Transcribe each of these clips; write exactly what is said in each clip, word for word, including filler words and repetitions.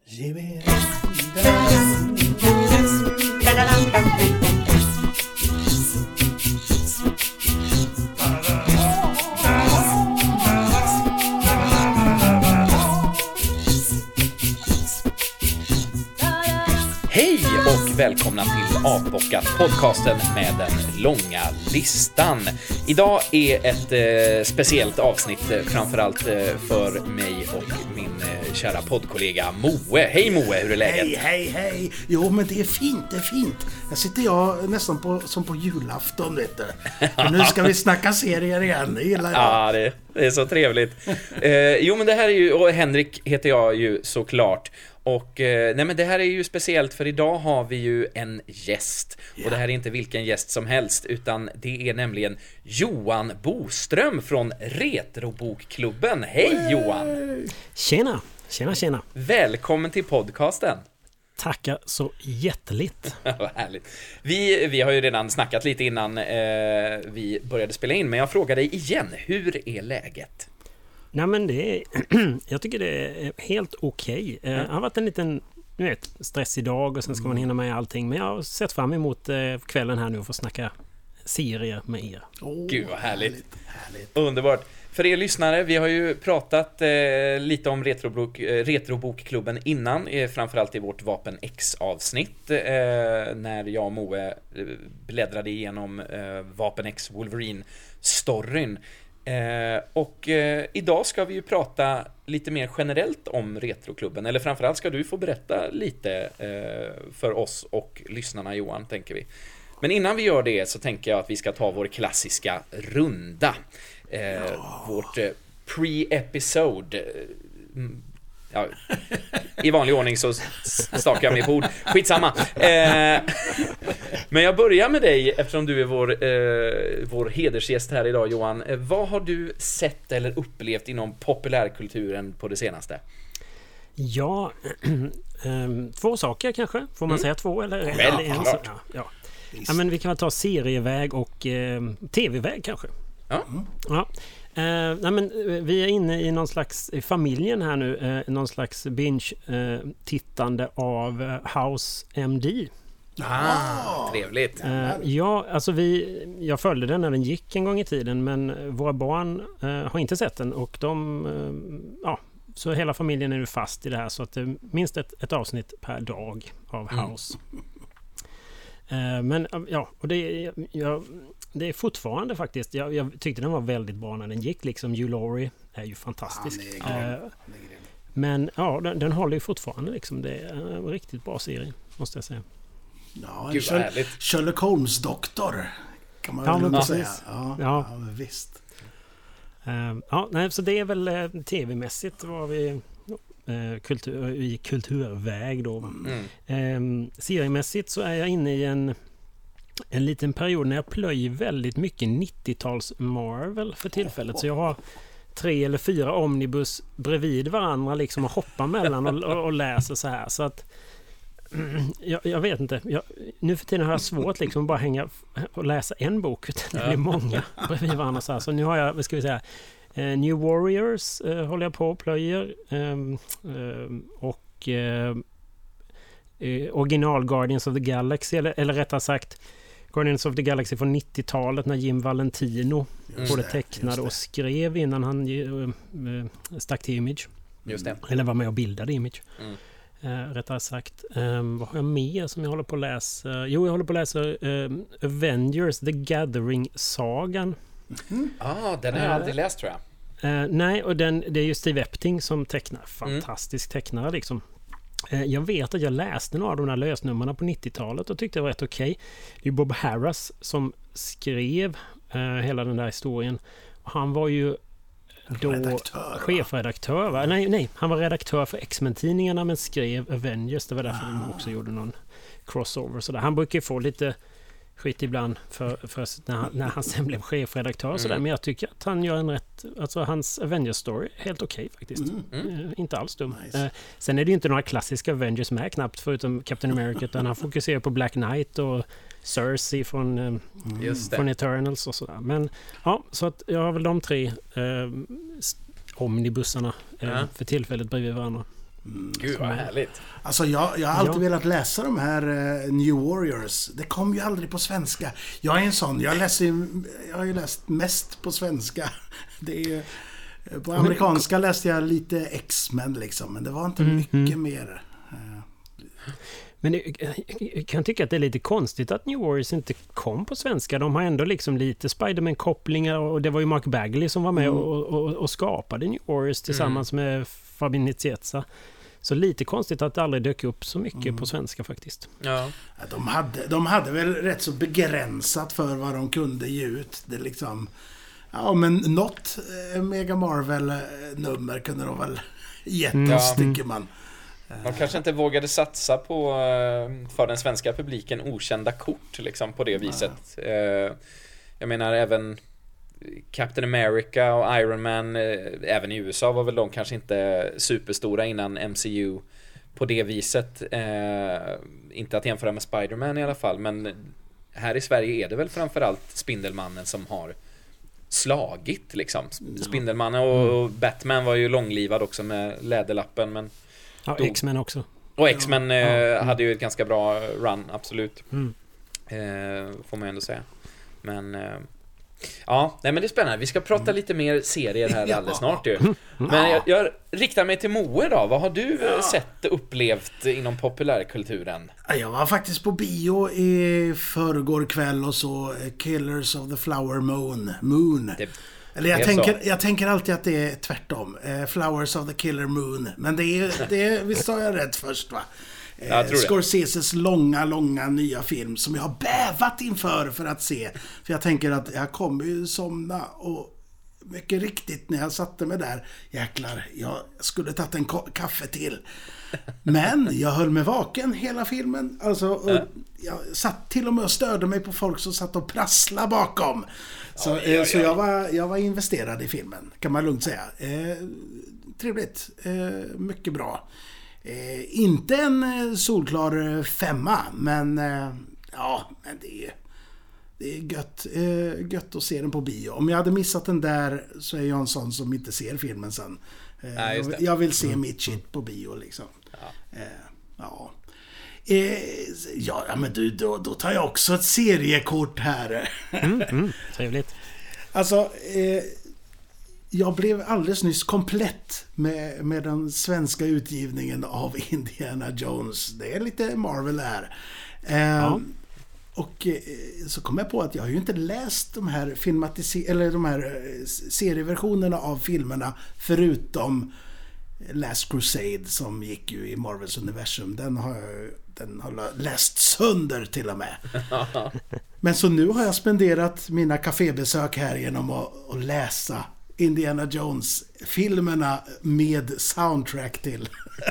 Hej och välkomna till Avbockat, podcasten med den långa listan. Idag är ett eh, speciellt avsnitt eh, framförallt eh, för mig och min eh, kära poddkollega Moe. Hej Moe, hur är läget? Hej, hej, hej. Jo, men det är fint, det är fint. Här sitter jag nästan på, som på julafton, vet du. Och nu ska vi snacka serier igen, det gillar jag. Ja, det, det är så trevligt. eh, jo, men det här är ju, och Henrik heter jag ju såklart. Och eh, nej men det här är ju speciellt för idag har vi ju en gäst. Yeah. Och det här är inte vilken gäst som helst, utan det är nämligen Johan Boström från Retrobokklubben. Hej Johan! Tjena, tjena, tjena. Välkommen till podcasten. Tackar så jätteligt. Vad härligt. Vi, vi har ju redan snackat lite innan eh, vi började spela in, men jag frågar dig igen, hur är läget? Nej men det är, jag tycker det är helt okej. Okay. Det har varit en liten, du vet, stressig dag och sen ska man hinna med allting. Men jag har sett fram emot kvällen här nu och få snacka serier med er. Oh, Gud vad härligt. härligt, härligt. Underbart. För er lyssnare, vi har ju pratat eh, lite om Retrobok, eh, Retrobokklubben innan, eh, framförallt i vårt Vapen X-avsnitt, eh, när jag och Moe bläddrade igenom eh, Vapen X Wolverine-storyn. Eh, och eh, idag ska vi ju prata lite mer generellt om Retroklubben, eller framförallt ska du få berätta lite eh, för oss och lyssnarna, Johan, tänker vi. Men innan vi gör det så tänker jag att vi ska ta vår klassiska runda. Eh, ja. Vårt eh, pre-episode. Mm, ja, i vanlig ordning så stakar jag mig på ord. Skitsamma. Eh, men jag börjar med dig eftersom du är vår, eh, vår hedersgäst här idag, Johan. Eh, vad har du sett eller upplevt inom populärkulturen på det senaste? Ja, ähm, två saker kanske. Får man mm. säga två eller, eller ja, en? Så, ja, ja. ja, men vi kan väl ta serieväg och eh, tv-väg kanske. Ja. Mm. Ja. Uh, nej men, uh, vi är inne i någon slags i familjen här nu, uh, någon slags binge-tittande uh, av uh, House M D. Ah, trevligt. Uh, ja, alltså vi, jag följde den när den gick en gång i tiden, men våra barn uh, har inte sett den och de, uh, ja, så hela familjen är nu fast i det här så att det är minst ett, ett avsnitt per dag av House. Mm. Uh, men uh, ja, och det jag Det är fortfarande faktiskt, jag, jag tyckte den var väldigt bra när den gick, liksom Hugh Laurie är ju fantastisk. Ah, är uh, men ja, den, den håller ju fortfarande liksom, det är en riktigt bra serie, måste jag säga. Ja, en Sherlock, Sherlock Holmes-doktor kan man ja, väl ja, säga. Ja, ja. ja visst. Uh, ja, nej, så det är väl uh, tv-mässigt var vi uh, kultur, i kulturväg då. Mm. Um, seriemässigt så är jag inne i en En liten period när jag plöjer väldigt mycket nittio-tals Marvel för tillfället. Så jag har tre eller fyra omnibus bredvid varandra liksom och hoppar mellan och, och, och läser så här. Så att jag, jag vet inte. Jag, nu för tiden har jag svårt liksom att bara hänga och läsa en bok. Utan det blir många bredvid varandra. Så, här. Så nu har jag, vad ska vi säga, uh, New Warriors uh, håller jag på och plöjer. Um, um, och uh, uh, original Guardians of the Galaxy, eller, eller rättare sagt Guardians of the Galaxy från nittio-talet när Jim Valentino just både tecknade och skrev innan han uh, uh, stack till Image. Just det. Eller var med och bildade Image. Mm. Uh, rättare sagt. Um, vad har jag mer som jag håller på att läsa? Uh, jo, jag håller på att läsa uh, Avengers The Gathering-sagan. Mm. Ah, den har jag uh, aldrig läst tror jag. Uh, nej, och den, det är ju Steve Epting som tecknar. Fantastisk mm. tecknare liksom. Jag vet att jag läste några av de här lösnummerna på nittio-talet och tyckte det var rätt okej. Okay. Det är Bob Harras som skrev uh, hela den där historien. Han var ju då redaktör, chefredaktör. Va? Nej, nej, han var redaktör för X-Men-tidningarna men skrev Avengers. Det var därför ah. de också gjorde någon crossover. Så där. Han brukar ju få lite skit ibland för, för när, han, när han sen blev chefredaktör och sådär. Mm. Men jag tycker att han gör en rätt, alltså hans Avengers-story är helt okej okay, faktiskt. Mm. Mm. inte alls dum. Nice. Eh, sen är det ju inte några klassiska Avengers med knappt förutom Captain America utan han fokuserar på Black Knight och Cersei från, eh, mm. från Eternals och sådär. Men ja, så att jag har väl de tre eh, omnibussarna eh, ja. för tillfället bredvid varandra. Mm, Gud vad härligt. Alltså jag, jag har alltid Ja. velat läsa de här uh, New Warriors. Det kom ju aldrig på svenska. Jag är en sån, jag läser ju, jag har ju läst mest på svenska. Det är ju, på amerikanska läste jag lite X-Men liksom, men det var inte mycket mm. mer. Uh. Men det, jag kan tycka att det är lite konstigt att New Warriors inte kom på svenska. De har ändå liksom lite Spider-Man-kopplingar och det var ju Mark Bagley som var med mm. och, och, och skapade New Warriors tillsammans mm. med Fabian Nicieza. Så lite konstigt att det aldrig dök upp så mycket mm. på svenska faktiskt. Ja. De, hade, de hade väl rätt så begränsat för vad de kunde ge ut. Det liksom, ja men något Mega Marvel-nummer kunde de väl gett oss, mm. tycker man. De kanske inte vågade satsa på för den svenska publiken okända kort liksom på det viset. Ja. Jag menar även Captain America och Iron Man, även i U S A var väl de kanske inte superstora innan M C U på det viset. Inte att jämföra med Spider-Man i alla fall, men här i Sverige är det väl framförallt Spindelmannen som har slagit liksom. Spindelmannen och Batman var ju långlivad också med läderlappen, men ja, X-Men också. Och X-Men ja. eh, hade ju ett ganska bra run, absolut. Mm. Eh, får man ändå säga. Men eh, ja, nej men det är spännande. Vi ska prata mm. lite mer serier här alldeles snart ju. Men jag, jag riktar mig till Moe då. Vad har du ja. sett och upplevt inom populärkulturen? Jag var faktiskt på bio i förrgår kväll och så Killers of the Flower Moon. Moon. Det Eller jag tänker, jag tänker alltid att det är tvärtom. Eh, Flowers of the Killer Moon. Men det är, det är visst sa jag rätt först va? Eh, jag tror Scorseses långa, långa nya film som jag har bävat inför för att se. För jag tänker att jag kommer ju somna och mycket riktigt när jag satte mig där, jäklar, jag skulle tagit en ko- kaffe till. Men jag höll mig vaken hela filmen. Alltså, och jag satt till och med och störde mig på folk som satt och prasslade bakom. Så, oj, oj, oj. så jag, var, jag var investerad i filmen, kan man lugnt säga. Eh, trevligt. Eh, mycket bra. Eh, inte en solklar femma, men eh, ja, men det är, det är gött, eh, gött att se den på bio. Om jag hade missat den där så är jag en sån som inte ser filmen sen. Eh, ja, jag, jag vill se mm. mitt shit på bio liksom. Ja. Eh, ja. Eh, ja, men du, då, då tar jag också ett seriekort här. mm, mm, trevligt. Alltså, eh, jag blev alldeles nyss komplett med, med den svenska utgivningen av Indiana Jones. Det är lite Marvel här. Eh, ja. Och eh, så kom jag på att jag har ju inte läst de här filmatiser- eller de här eh, serieversionerna av filmerna förutom Last Crusade som gick ju i Marvels universum. Den har jag, den har läst sönder till och med. Men så nu har jag spenderat mina kafébesök här genom att, att läsa Indiana Jones-filmerna med soundtrack till.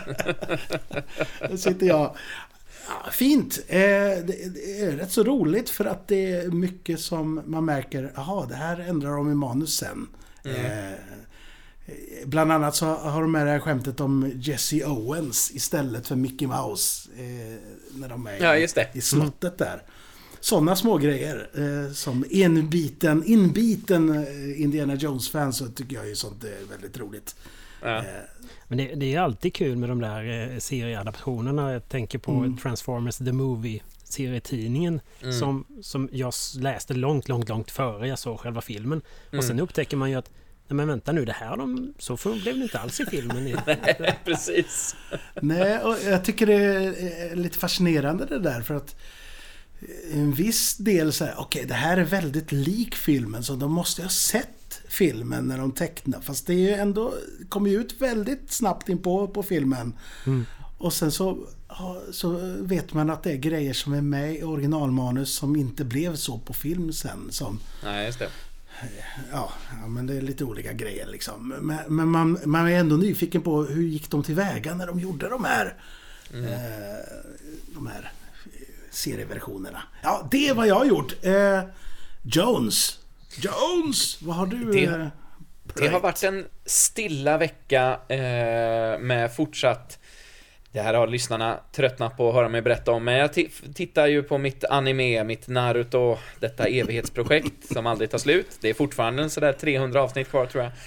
Då sitter jag... Ja, fint. Eh, det, det är rätt så roligt för att det är mycket som man märker, jaha, det här ändrar de i manus sen. Mm. Eh, bland annat så har de med det här skämtet om Jesse Owens istället för Mickey Mouse eh, när de är ja, just det. i slottet där. Sådana små grejer eh, som inbiten, inbiten eh, Indiana Jones-fan så tycker jag ju sånt är väldigt roligt. Ja. Eh, Men det, det är alltid kul med de där eh, serieadaptionerna. Jag tänker på mm. Transformers The Movie serietidningen mm. som, som jag läste långt, långt, långt före jag såg själva filmen. Mm. Och sen upptäcker man ju att nej men vänta nu, det här de, så blev det inte alls i filmen. Nej, precis. Nej, och jag tycker det är lite fascinerande det där för att en viss del så här, okej, okay, det här är väldigt lik filmen så de måste ha sett filmen när de tecknar. Fast det är ju ändå, kommer ju ut väldigt snabbt in på, på filmen. Mm. Och sen så, så vet man att det är grejer som är med i originalmanus som inte blev så på film sen. Som, nej, just det. Ja, ja, men det är lite olika grejer liksom. Men, men man, man är ändå nyfiken på hur gick de tillväga när de gjorde de här mm. eh, de här serieversionerna. Ja, det är vad jag har gjort. Eh, Jones. Jones, vad har du? Det, eh, det har varit en stilla vecka eh, med fortsatt. Det här har lyssnarna tröttnat på att höra mig berätta om. Men jag t- tittar ju på mitt anime, mitt Naruto, detta evighetsprojekt som aldrig tar slut. Det är fortfarande en sådär trehundra avsnitt kvar tror jag.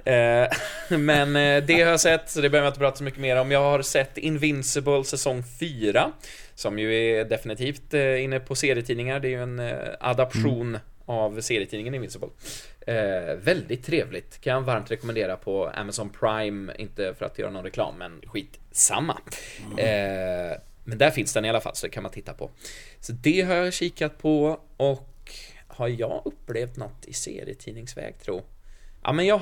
Men det har jag sett, så det behöver jag inte prata så mycket mer om. Jag har sett Invincible säsong fyra, som ju är definitivt inne på serietidningar. Det är ju en adaption mm. av serietidningen Invincible. Eh, väldigt trevligt. Kan jag varmt rekommendera på Amazon Prime. Inte för att göra någon reklam, men skit samma. Mm. Eh, men där finns den i alla fall, så det kan man titta på. Så det har jag kikat på. Och har jag upplevt något i serietidningsväg, tror Ja, men jag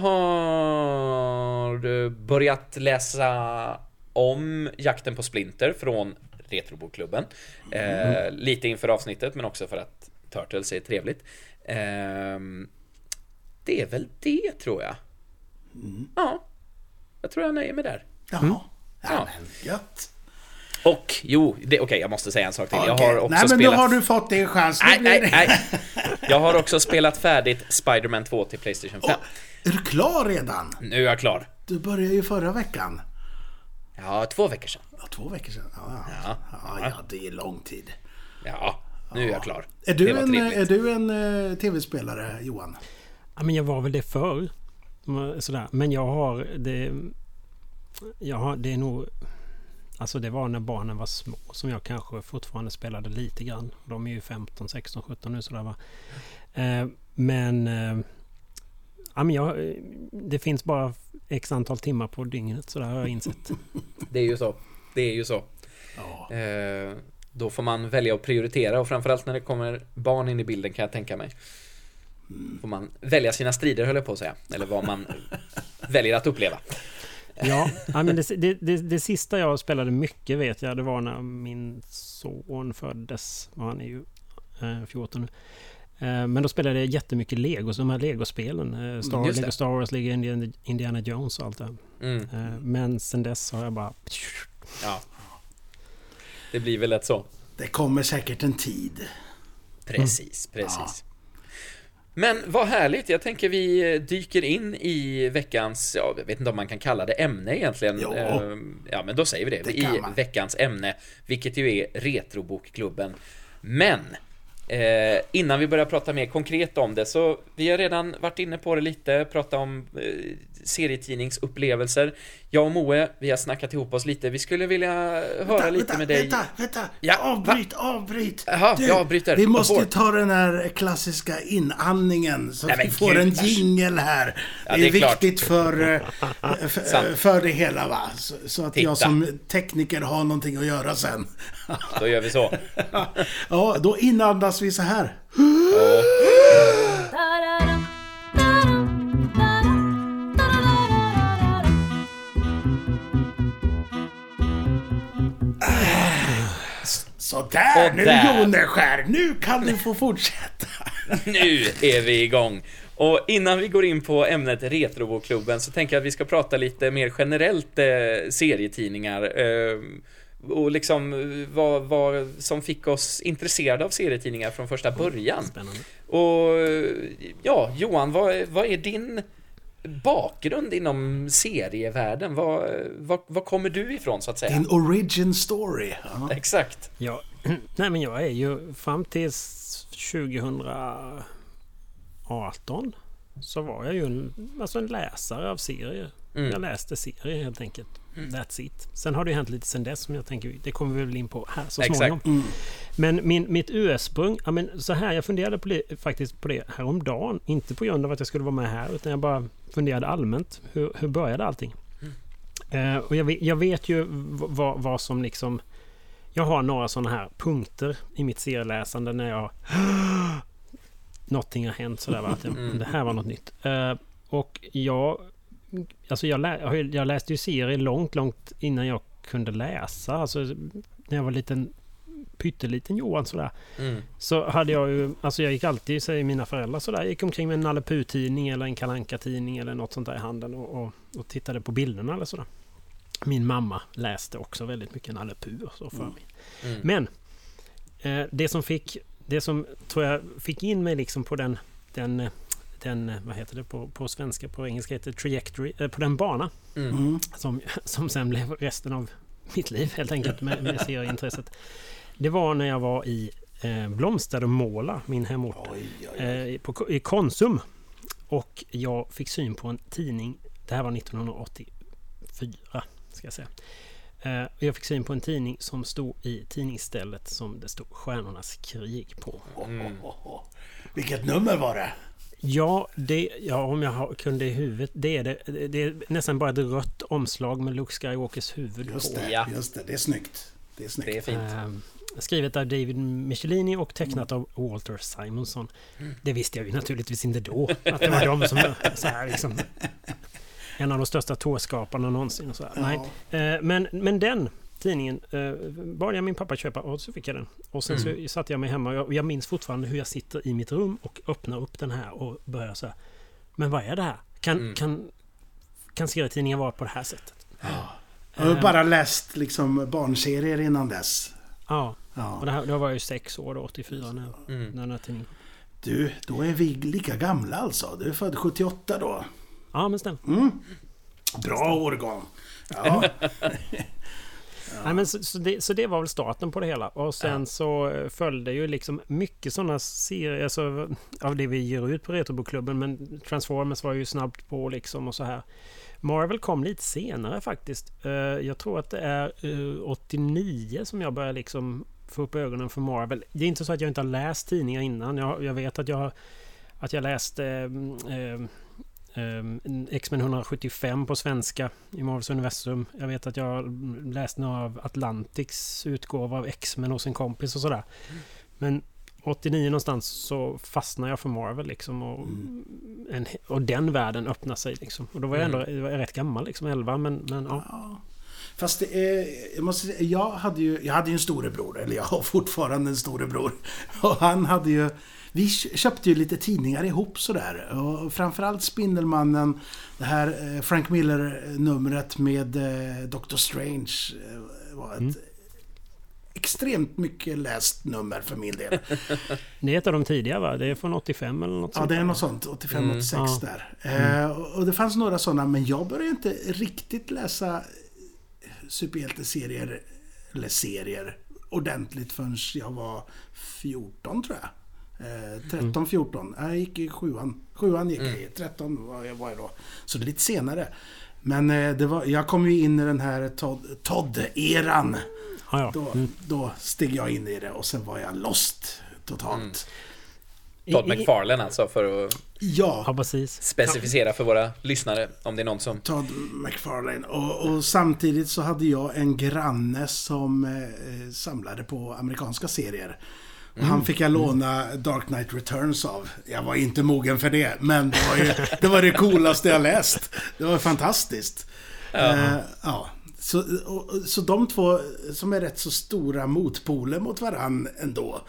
har börjat läsa om Jakten på Splinter från Retrobokklubben. Mm. Eh, lite inför avsnittet, men också för att Turtles är trevligt. Eh, det är väl det, tror jag. Mm. Ja, jag tror jag nöjer mig där. Jaha, mm. ja, men gött. Och, jo, okej, okay, jag måste säga en sak till. Okay. Jag har också nej, men spelat... då har du fått din chans. Nej, nej, nej. Jag har också spelat färdigt Spider-Man två till PlayStation fem. Oh, är du klar redan? Nu är jag klar. Du började ju förra veckan. Ja, två veckor sedan. Ja, två veckor sedan. Ja, ja. ja, ja det är lång tid. Ja, nu är jag klar. Är du en, är du en uh, tv-spelare, Johan? Ja, men jag var väl det förr. Sådär. Men jag har det... Jag har, det är nog... Alltså det var när barnen var små som jag kanske fortfarande spelade lite grann. De är ju femton, sexton, sjutton nu sådär va. Eh, men... Eh, ja, men jag, det finns bara x antal timmar på dygnet, så det har jag insett. Det är ju så. Det är ju så. Ja. Eh, då får man välja att prioritera, och framförallt när det kommer barn in i bilden, kan jag tänka mig. Får man välja sina strider, höll jag på att säga. Eller vad man väljer att uppleva. Ja, men det, det, det, det sista jag spelade mycket, vet jag, det var när min son föddes. Han är ju eh, fjorton nu. Eh, men då spelade jag jättemycket Lego, så de här Lego-spelen. Eh, Star, Lego Star Wars, Lego Indiana, Indiana Jones och allt det. Mm. Eh, men sen dess har jag bara... Ja. Det blir väl lätt så. Det kommer säkert en tid. Precis, mm. precis. Ja. Men vad härligt, jag tänker vi dyker in i veckans, ja, jag vet inte om man kan kalla det ämne egentligen. Jo. Ja, men då säger vi det, det i veckans ämne, vilket ju är Retrobokklubben. Men eh, innan vi börjar prata mer konkret om det, så vi har redan varit inne på det lite, prata om eh, serietidningsupplevelser. Jag och Moe, vi har snackat ihop oss lite. Vi skulle vilja höra vänta, lite vänta, med dig. Vänta, vänta, ja, avbryt, va? avbryt. Jaha, jag avbryter. Vi måste ta den här klassiska inandningen så att vi får Gud, en jingle här. Ja, det är, det är viktigt för, för, för det hela, va? Så, så att Titta. jag som tekniker har någonting att göra sen. Då gör vi så. Ja, då inandas vi så här. Ja. Så där, nu Joneskär, nu kan du få fortsätta. Nu är vi igång. Och innan vi går in på ämnet Retrobokklubben, så tänker jag att vi ska prata lite mer generellt eh, serietidningar. Eh, och liksom vad, vad som fick oss intresserade av serietidningar från första början. Spännande. Och ja, Johan, vad, vad är din bakgrund inom serievärlden? Vad, vad, vad kommer du ifrån, så att säga? Din origin story. Ja. Exakt. Ja, nej, men jag är ju fram till tjugohundraarton så var jag ju en, alltså en läsare av serier. Mm. Jag läste serier helt enkelt. Mm. That's it. Sen har det ju hänt lite sen dess, som jag tänker, det kommer vi väl in på här så småningom. Mm. Men min, mitt ursprung, ja, men så här, jag funderade på det, faktiskt på det häromdagen. Inte på grund av att jag skulle vara med här, utan jag bara funderade allmänt. Hur, hur började allting? Mm. Uh, och jag vet, jag vet ju vad, vad som liksom... Jag har några sådana här punkter i mitt serieläsande när jag... Någonting har hänt sådär, va? Att jag, mm. det här var något nytt. Uh, och jag... Alltså jag, lä, jag läste ju serier långt, långt innan jag kunde läsa. Alltså när jag var liten, pytteliten Johan sådär. Mm. Så hade jag ju, alltså jag gick alltid, säger mina föräldrar sådär, gick omkring med en Nalle Puh-tidning eller en Kalle Anka-tidning eller något sånt där i handen och, och, och tittade på bilderna eller sådär. Min mamma läste också väldigt mycket Nalle Puh och så för mig. Mm. Men eh, det som fick, det som tror jag fick in mig liksom på den, den den, vad heter det på, på svenska, på engelska heter trajectory, eh, på den bana mm. som, som sen blev resten av mitt liv helt enkelt med, med serieintresset. Det var när jag var i eh, Blomster och Måla, min hemort, oj, oj, oj. Eh, på, i Konsum, och jag fick syn på en tidning det här var nittonhundraåttiofyra ska jag säga. Uh, jag fick syn på en tidning som stod i tidningsstället som det stod Stjärnornas krig på. Mm. Oh, oh, oh. Vilket nummer var det? Ja, det, ja, om jag har, kunde i huvudet, det är, det, det är nästan bara ett rött omslag med Luke Skywalkers huvud just på. Det, ja. Just det, det är snyggt. Det är snyggt. Det är fint. Uh, skrivet av David Michelini och tecknat mm. av Walter Simonson. Mm. Det visste jag ju naturligtvis inte då, att det var de som så här liksom en av de största tårskaparna någonsin och så här. Ja. Nej. Uh, men, men den tidningen uh, bad jag min pappa köpa och så fick jag den. Och sen mm. så satt jag mig hemma och jag, och jag minns fortfarande hur jag sitter i mitt rum och öppnar upp den här och börjar så här. Men vad är det här? Kan, mm. kan, kan serietidningen vara på det här sättet? Ja. Jag har bara läst liksom barnserier innan dess. Ja, ja. Och det här, då var jag ju sex år då, åttiofyra när, mm. när den här tidningen. Du, då är vi lika gamla alltså. Du är född sjuttioåtta då. Ja, men stämt. Mm. Bra årgång. Ja. Ja. Nej, men så, så, det, så det var väl starten på det hela. Och sen ja. så följde ju liksom mycket sådana serier alltså, av det vi ger ut på Retrobokklubben. Men Transformers var ju snabbt på liksom och så här. Marvel kom lite senare faktiskt. Uh, jag tror att det är uh, åttionio som jag började liksom få upp ögonen för Marvel. Det är inte så att jag inte har läst tidningar innan. Jag, jag vet att jag, att jag läste uh, uh, uh, X-Men etthundrasjuttiofem på svenska i Marvels universum. Jag vet att jag läste några av Atlantics utgåva av X-Men hos en kompis och sådär. Men åttionio någonstans så fastnade jag för Marvel liksom och, mm. en, och den världen öppnade sig liksom. Och då var jag ändå mm. jag var rätt gammal liksom, elva men, men ja. ja. Fast det är, jag måste säga, jag hade ju jag hade ju en storebror, eller jag har fortfarande en storebror. Och han hade ju, vi köpte ju lite tidningar ihop sådär. Och framförallt Spindelmannen, det här Frank Miller-numret med Doctor Strange var ett mm. extremt mycket läst nummer för min del. Det är ett av de tidiga va? Det är från åttiofem eller något ja, sånt. Ja, det är något sånt. åttiofem åttiosex mm. där. Mm. Eh, och det fanns några sådana, men jag började inte riktigt läsa superhjälteserier eller serier ordentligt förrän jag var fjorton tror jag. Eh, tretton fjorton. Jag gick i sjuan. Sjuan gick jag i. tretton var jag, var jag då. Så det är lite senare. Men eh, det var, jag kom ju in i den här Todd, Todd-eran. Ah, ja. då, mm. då steg jag in i det och sen var jag lost totalt. Mm. Todd McFarlane alltså för att ja. Ja, precis. specificera för våra lyssnare om det är någon som... Todd McFarlane. Och, och samtidigt så hade jag en granne som eh, samlade på amerikanska serier. Och mm. han fick jag låna Dark Knight Returns av. Jag var inte mogen för det, men det var ju, det, var det coolaste jag läst. Det var fantastiskt. Uh-huh. Eh, ja. Så, och, så de två som är rätt så stora motpoler mot varann ändå,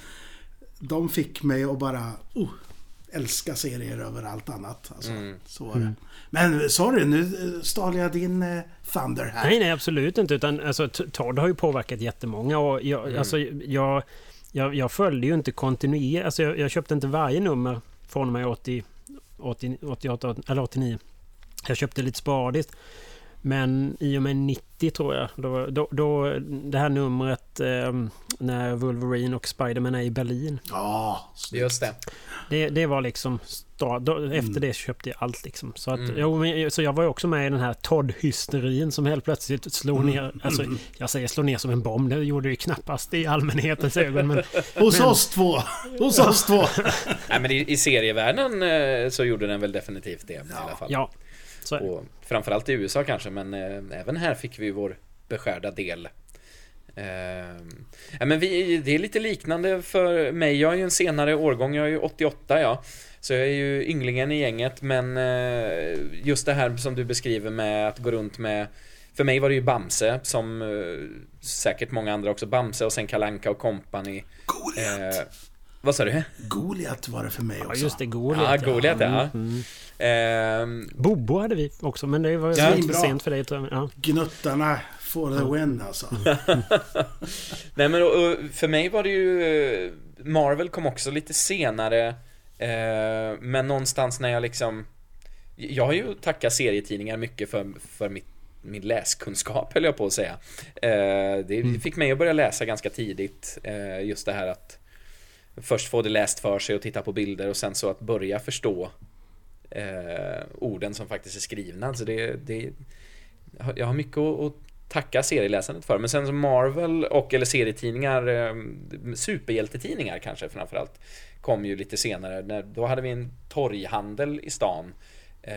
de fick mig att bara oh, älska serier över allt annat. Alltså, mm. så var det. Mm. Men sorry, nu stal jag din eh, Thunder här. Nej, nej, absolut inte. Utan, alltså, Todd har ju påverkat jättemånga. Och jag, mm. alltså, jag, jag, jag följde ju inte kontinuerligt. Alltså, jag, jag köpte inte varje nummer från mig åttio, åttio, åttioåtta eller åttionio. Jag köpte lite sparadiskt. Men i och med nittio tror jag då, då, då det här numret eh, när Wolverine och Spider-Man är i Berlin. Ja, just det. Det, det var liksom start, då, efter mm. det köpte jag allt liksom. Så, att, mm. jo, men, så jag var ju också med i den här Todd-hysterin som helt plötsligt slog ner, mm. alltså jag säger slå ner som en bomb, det gjorde det ju knappast i allmänhetens ögon. Men, hos men, oss två! Hos ja. oss två! Nej, men i, i serievärlden eh, så gjorde den väl definitivt det ja. i alla fall. Ja. Och framförallt i U S A kanske, men eh, även här fick vi vår beskärda del. Eh, ja, men vi, det är lite liknande för mig. Jag är ju en senare årgång, jag är ju åttioåtta, ja. Så jag är ju ynglingen i gänget, men eh, just det här som du beskriver med att gå runt med, för mig var det ju Bamse, som eh, säkert många andra också, Bamse och sen Kalle Anka och Company. Goliat! Eh, vad sa du? Goliat var det för mig också. Ja, just det, Goliat. Ja, Goliat, ja. Mm. Mm. Eh, Bobo hade vi också, men det var ja, lite sent för dig. Ja. Gnuttarna for the win, alltså. Nej, men och, för mig var det ju Marvel kom också lite senare, eh, men någonstans när jag liksom, jag har ju tackat serietidningar mycket för, för mitt, min läskunskap, höll jag på att säga. Eh, det mm. fick mig att börja läsa ganska tidigt, eh, just det här att först få det läst för sig och titta på bilder och sen så att börja förstå eh, orden som faktiskt är skrivna. Så det, det, jag har mycket att, att tacka serieläsandet för. Men sen så Marvel och eller serietidningar, eh, superhjältetidningar kanske framförallt, kom ju lite senare. När, då hade vi en torghandel i stan eh,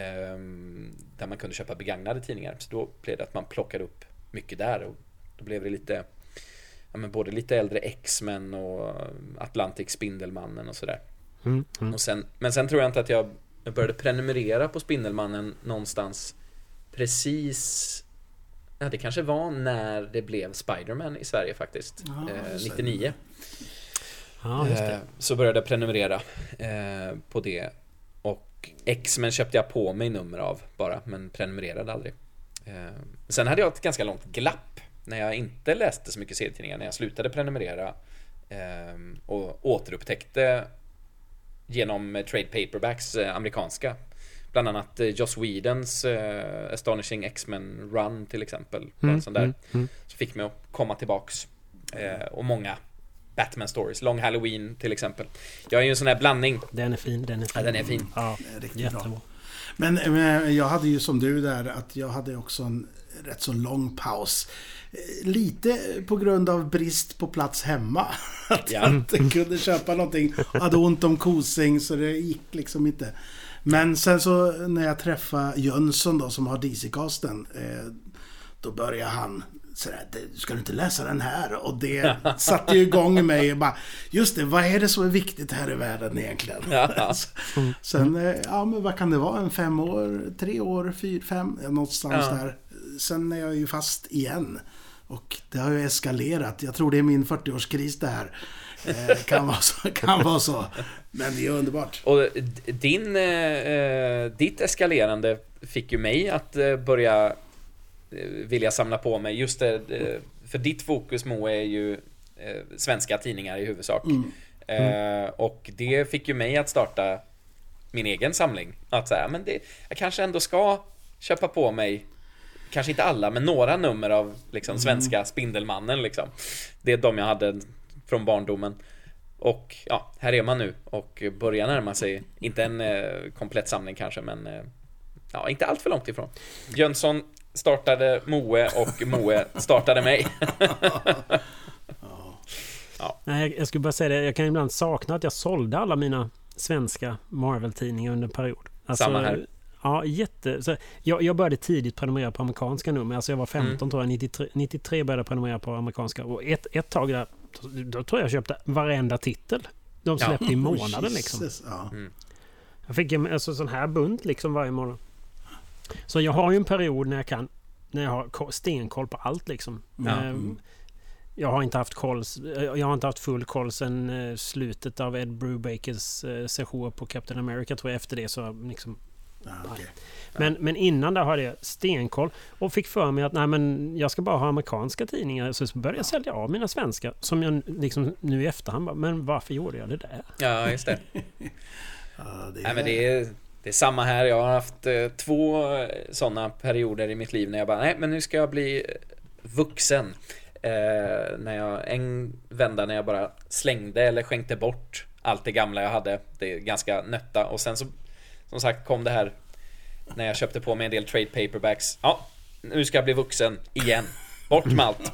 där man kunde köpa begagnade tidningar. Så då blev det att man plockade upp mycket där, och då blev det lite, ja, men både lite äldre X-Men och Atlantic Spindelmannen och sådär. Mm, mm. Och sen, men sen tror jag inte att jag, jag började prenumerera på Spindelmannen någonstans precis, ja, det kanske var när det blev Spider-Man i Sverige faktiskt, ja, eh, nittionio. Ja, just det. Eh, så började jag prenumerera eh, på det, och X-Men köpte jag på mig nummer av bara, men prenumererade aldrig. Eh, sen hade jag ett ganska långt glapp när jag inte läste så mycket serietidningar, när jag slutade prenumerera eh, och återupptäckte genom trade paperbacks eh, amerikanska, bland annat eh, Joss Whedons eh, Astonishing X-Men Run till exempel, mm, sån där, mm, mm. Så fick mig att komma tillbaks, eh, och många Batman stories, Long Halloween till exempel. Jag är ju en sån här blandning. Den är fin, den är fin. Ja, den är fin. Ja, riktigt jättebra. Bra. Men, men jag hade ju som du där, att jag hade också en rätt så lång paus. Lite på grund av brist på plats hemma. Att ja. jag inte kunde köpa någonting. Hade ont om kosing, så det gick liksom inte. Men sen så när jag träffade Jönsson då, som har D C-casten, då började han sådär, ska du inte läsa den här? Och det satte ju igång i mig och bara, just det, vad är det som är viktigt här i världen egentligen? Ja. Sen, ja men vad kan det vara? En fem år, tre år, fyra, fem, någonstans ja. där. Sen är jag ju fast igen. Och det har ju eskalerat. Jag tror det är min fyrtioårskris det här. Eh, kan, vara så, kan vara så. Men det är underbart. Och din, eh, ditt eskalerande fick ju mig att eh, börja vilja samla på mig just det, för ditt fokus, Mo, är ju eh, svenska tidningar i huvudsak. Mm. Mm. Eh, och det fick ju mig att starta min egen samling. Att säga, men det, jag kanske ändå ska köpa på mig, kanske inte alla, men några nummer av liksom, svenska mm. Spindelmannen liksom. Det är de jag hade från barndomen. Och ja, här är man nu och börjar närma sig, inte en eh, komplett samling kanske, men eh, ja, inte allt för långt ifrån. Jönsson startade Moe och Moe startade mig. Ja. Nej, jag skulle bara säga det, jag kan ibland sakna att jag sålde alla mina svenska Marvel-tidningar under en period. Alltså, samma här. Ja, jätte. Så jag, jag började tidigt prenumerera på amerikanska nummer. Alltså jag var femton mm. tror jag, nittiotre, nittiotre började jag prenumerera på amerikanska. Och ett, ett tag där, då tror jag jag köpte varenda titel. De släppte ja. i månaden oh, liksom. Ja. Mm. Jag fick en alltså, sån här bunt liksom varje månad. Så jag har ju en period när jag kan, när jag har stenkoll på allt liksom. Ja. Mm. Jag har inte haft koll, jag har inte haft full koll sen slutet av Ed Brubakers session på Captain America, tror jag. Efter det så liksom ah, okay. men, men innan där hade jag stenkoll och fick för mig att nej, men jag ska bara ha amerikanska tidningar, så började jag sälja av mina svenska som jag liksom nu i efterhand bara, men varför gjorde jag det där? Ja, just det. ja, det är... Nej, men det är Det är samma här. Jag har haft eh, två sådana perioder i mitt liv när jag bara, nej men nu ska jag bli vuxen. Eh, när jag, en vända när jag bara slängde eller skänkte bort allt det gamla jag hade. Det är ganska nötta. Och sen så, som sagt, kom det här när jag köpte på mig en del trade paperbacks. Ja, nu ska jag bli vuxen igen. Bort med allt.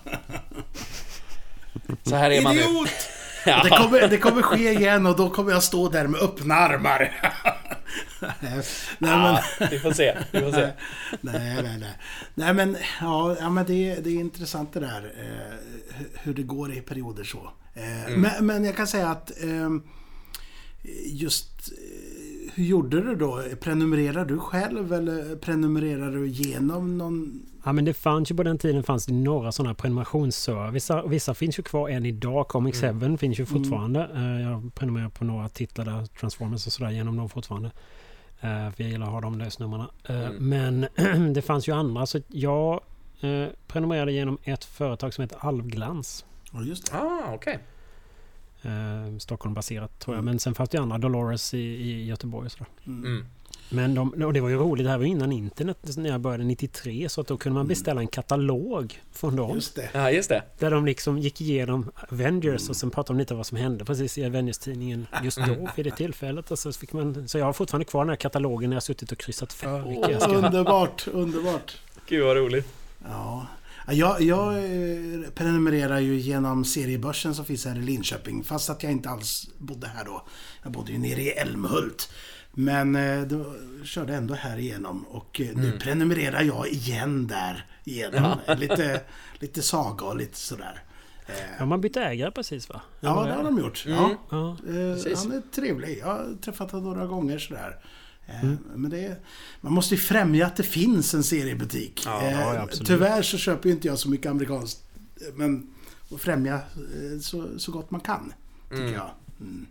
Så här är man nu. Idiot! Ja. Det, kommer, det kommer ske igen och då kommer jag stå där med öppna armar. nej, ja, men... vi får se, vi får se. nej, nej, nej. Nej, men, ja, ja, men det, det är intressant det där. Eh, hur det går i perioder så. Eh, mm. men, men jag kan säga att eh, just hur gjorde du då? Prenumererar du själv eller prenumererar du genom någon... Ja, men det fanns ju på den tiden fanns det några sådana prenumerationsservicer. Vissa finns ju kvar än idag. Comic mm. sju finns ju fortfarande. Mm. Jag prenumererar på några titlar där, Transformers och sådär, genom dem fortfarande. För jag gillar att ha de lösnummerna. Mm. Men det fanns ju andra. Så jag prenumererade genom ett företag som heter Alvglans. Ja, just det. Ah, okej. Okay. Stockholm-baserat tror jag. Mm. Men sen fanns det ju andra, Dolores i, i Göteborg och sådär. Mm. Men de, och det var ju roligt, det här var innan internet när jag började nittiotre, så att då kunde man beställa en katalog från dem. Just det. Ja, just det. Där de liksom gick igenom Avengers mm. och sen pratade de lite om vad som hände precis i Avengers-tidningen just då, vid det tillfället. Och så, fick man, så jag har fortfarande kvar den här katalogen när jag har suttit och kryssat för. Oh, ska... Underbart, underbart. Gud vad roligt. Ja. Jag, jag prenumererar ju genom seriebörsen som finns här i Linköping, fast att jag inte alls bodde här då. Jag bodde ju nere i Älmhult. Men då körde ändå här igenom och nu mm. prenumererar jag igen där igenom. Ja. Lite, lite saga och lite sådär. Ja, man bytte ägare precis va? Ja, det har de gjort. Mm. Ja. Ja. Han är trevlig. Jag har träffat honom några gånger sådär. Mm. Men det är, man måste ju främja att det finns en seriebutik. Ja, ja, tyvärr så köper ju inte jag så mycket amerikanskt. Men att främja så, så gott man kan, tycker mm. jag. Mm.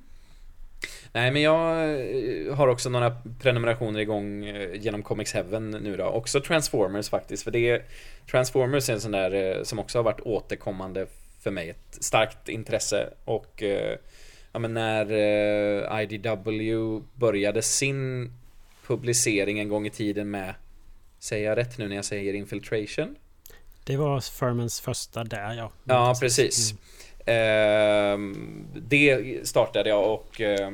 Nej, men jag har också några prenumerationer igång genom Comics Heaven nu då. Också Transformers faktiskt. För det är, Transformers är en sån där som också har varit återkommande för mig. Ett starkt intresse. Och ja, men när I D W började sin publicering en gång i tiden med, säger jag rätt nu när jag säger Infiltration? Det var Furmans första där, ja. Ja, precis. Mm. Eh, det startade jag och eh,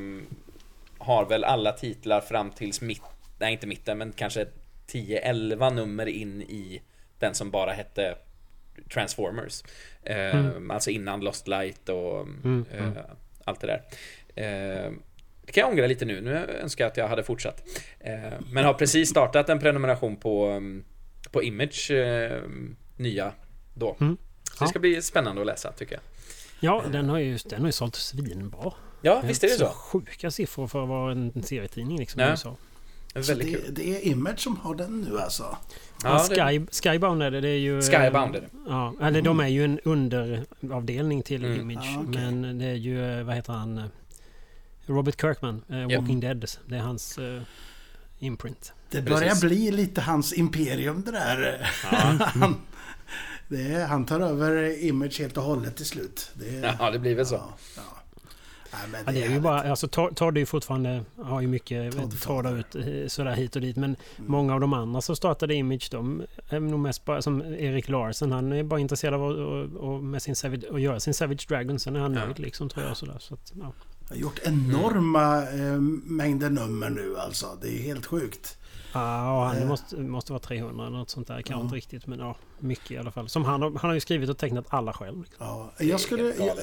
har väl alla titlar fram tills mitt, nej inte mitten, men kanske tio elva nummer in i den som bara hette Transformers. Eh, mm. Alltså innan Lost Light och mm. eh, allt det där. Eh, det kan jag ångra lite nu. Nu önskar jag att jag hade fortsatt. Eh, men har precis startat en prenumeration på, på Image eh, nya då. Mm. Så det ska bli spännande att läsa, tycker jag. Ja, den har ju, den har ju sålt svinbra. Ja, visst är det så. så. Sjuka siffror för att vara en serietidning liksom. Ja. Så. Det, så det, det är Image som har den nu alltså. Ja, ja, Sky, Skybound är det, det är ju... Skybound är det. Ja, eller mm. de är ju en underavdelning till mm. Image. Ah, okay. Men det är ju, vad heter han? Robert Kirkman, uh, Walking yep. Dead. Det är hans uh, imprint. Det börjar Precis. bli lite hans imperium det där. Ja. han, det är, han tar över Image helt och hållet till slut. Det är, ja, det blir väl så. Ja, ja. Ja, det, ja, det är ju bara, alltså tar det ju fortfarande, har ju mycket trådar ut sådär hit och dit, men mm. många av de andra som startade Image, de är nog mest bara, som Erik Larsen, han är bara intresserad av att, och, och med sin Savage, att göra sin Savage Dragon, sen är han nöjd ja. liksom, tror jag. Sådär, så att, ja. Jag har gjort enorma mm. eh, mängder nummer nu alltså, det är helt sjukt. Ja, och han eh. måste, måste vara trehundra eller något sånt där, kan ja. inte riktigt, men ja, mycket i alla fall. Som han, han har ju skrivit och tecknat alla själv. Liksom. Ja, jag skulle... Jag,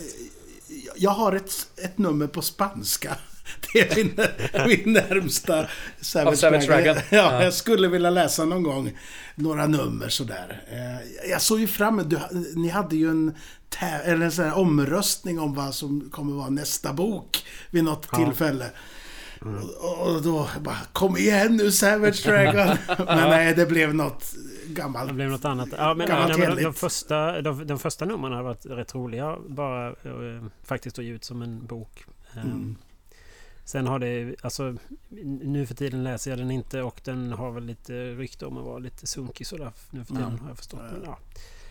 jag har ett, ett nummer på spanska. Det är min, min närmsta Savage, Savage Dragon. Dragon. Ja, ja, jag skulle vilja läsa någon gång några nummer sådär. Jag såg ju fram emot, ni hade ju en, eller en sån här omröstning om vad som kommer vara nästa bok vid något ja. tillfälle. Mm. Och, och då bara, kom igen nu Savage Dragon. Men nej, det blev något gammalt. Det blev något annat. Ja, men, ja, men de, de, första, de, de första numren har varit rätt roliga. Bara äh, faktiskt att ge ut som en bok. Mm. Um, sen har det, alltså nu för tiden läser jag den inte och den har väl lite rykte om att vara lite sunkig sådär nu för tiden mm. har jag förstått. Men, ja.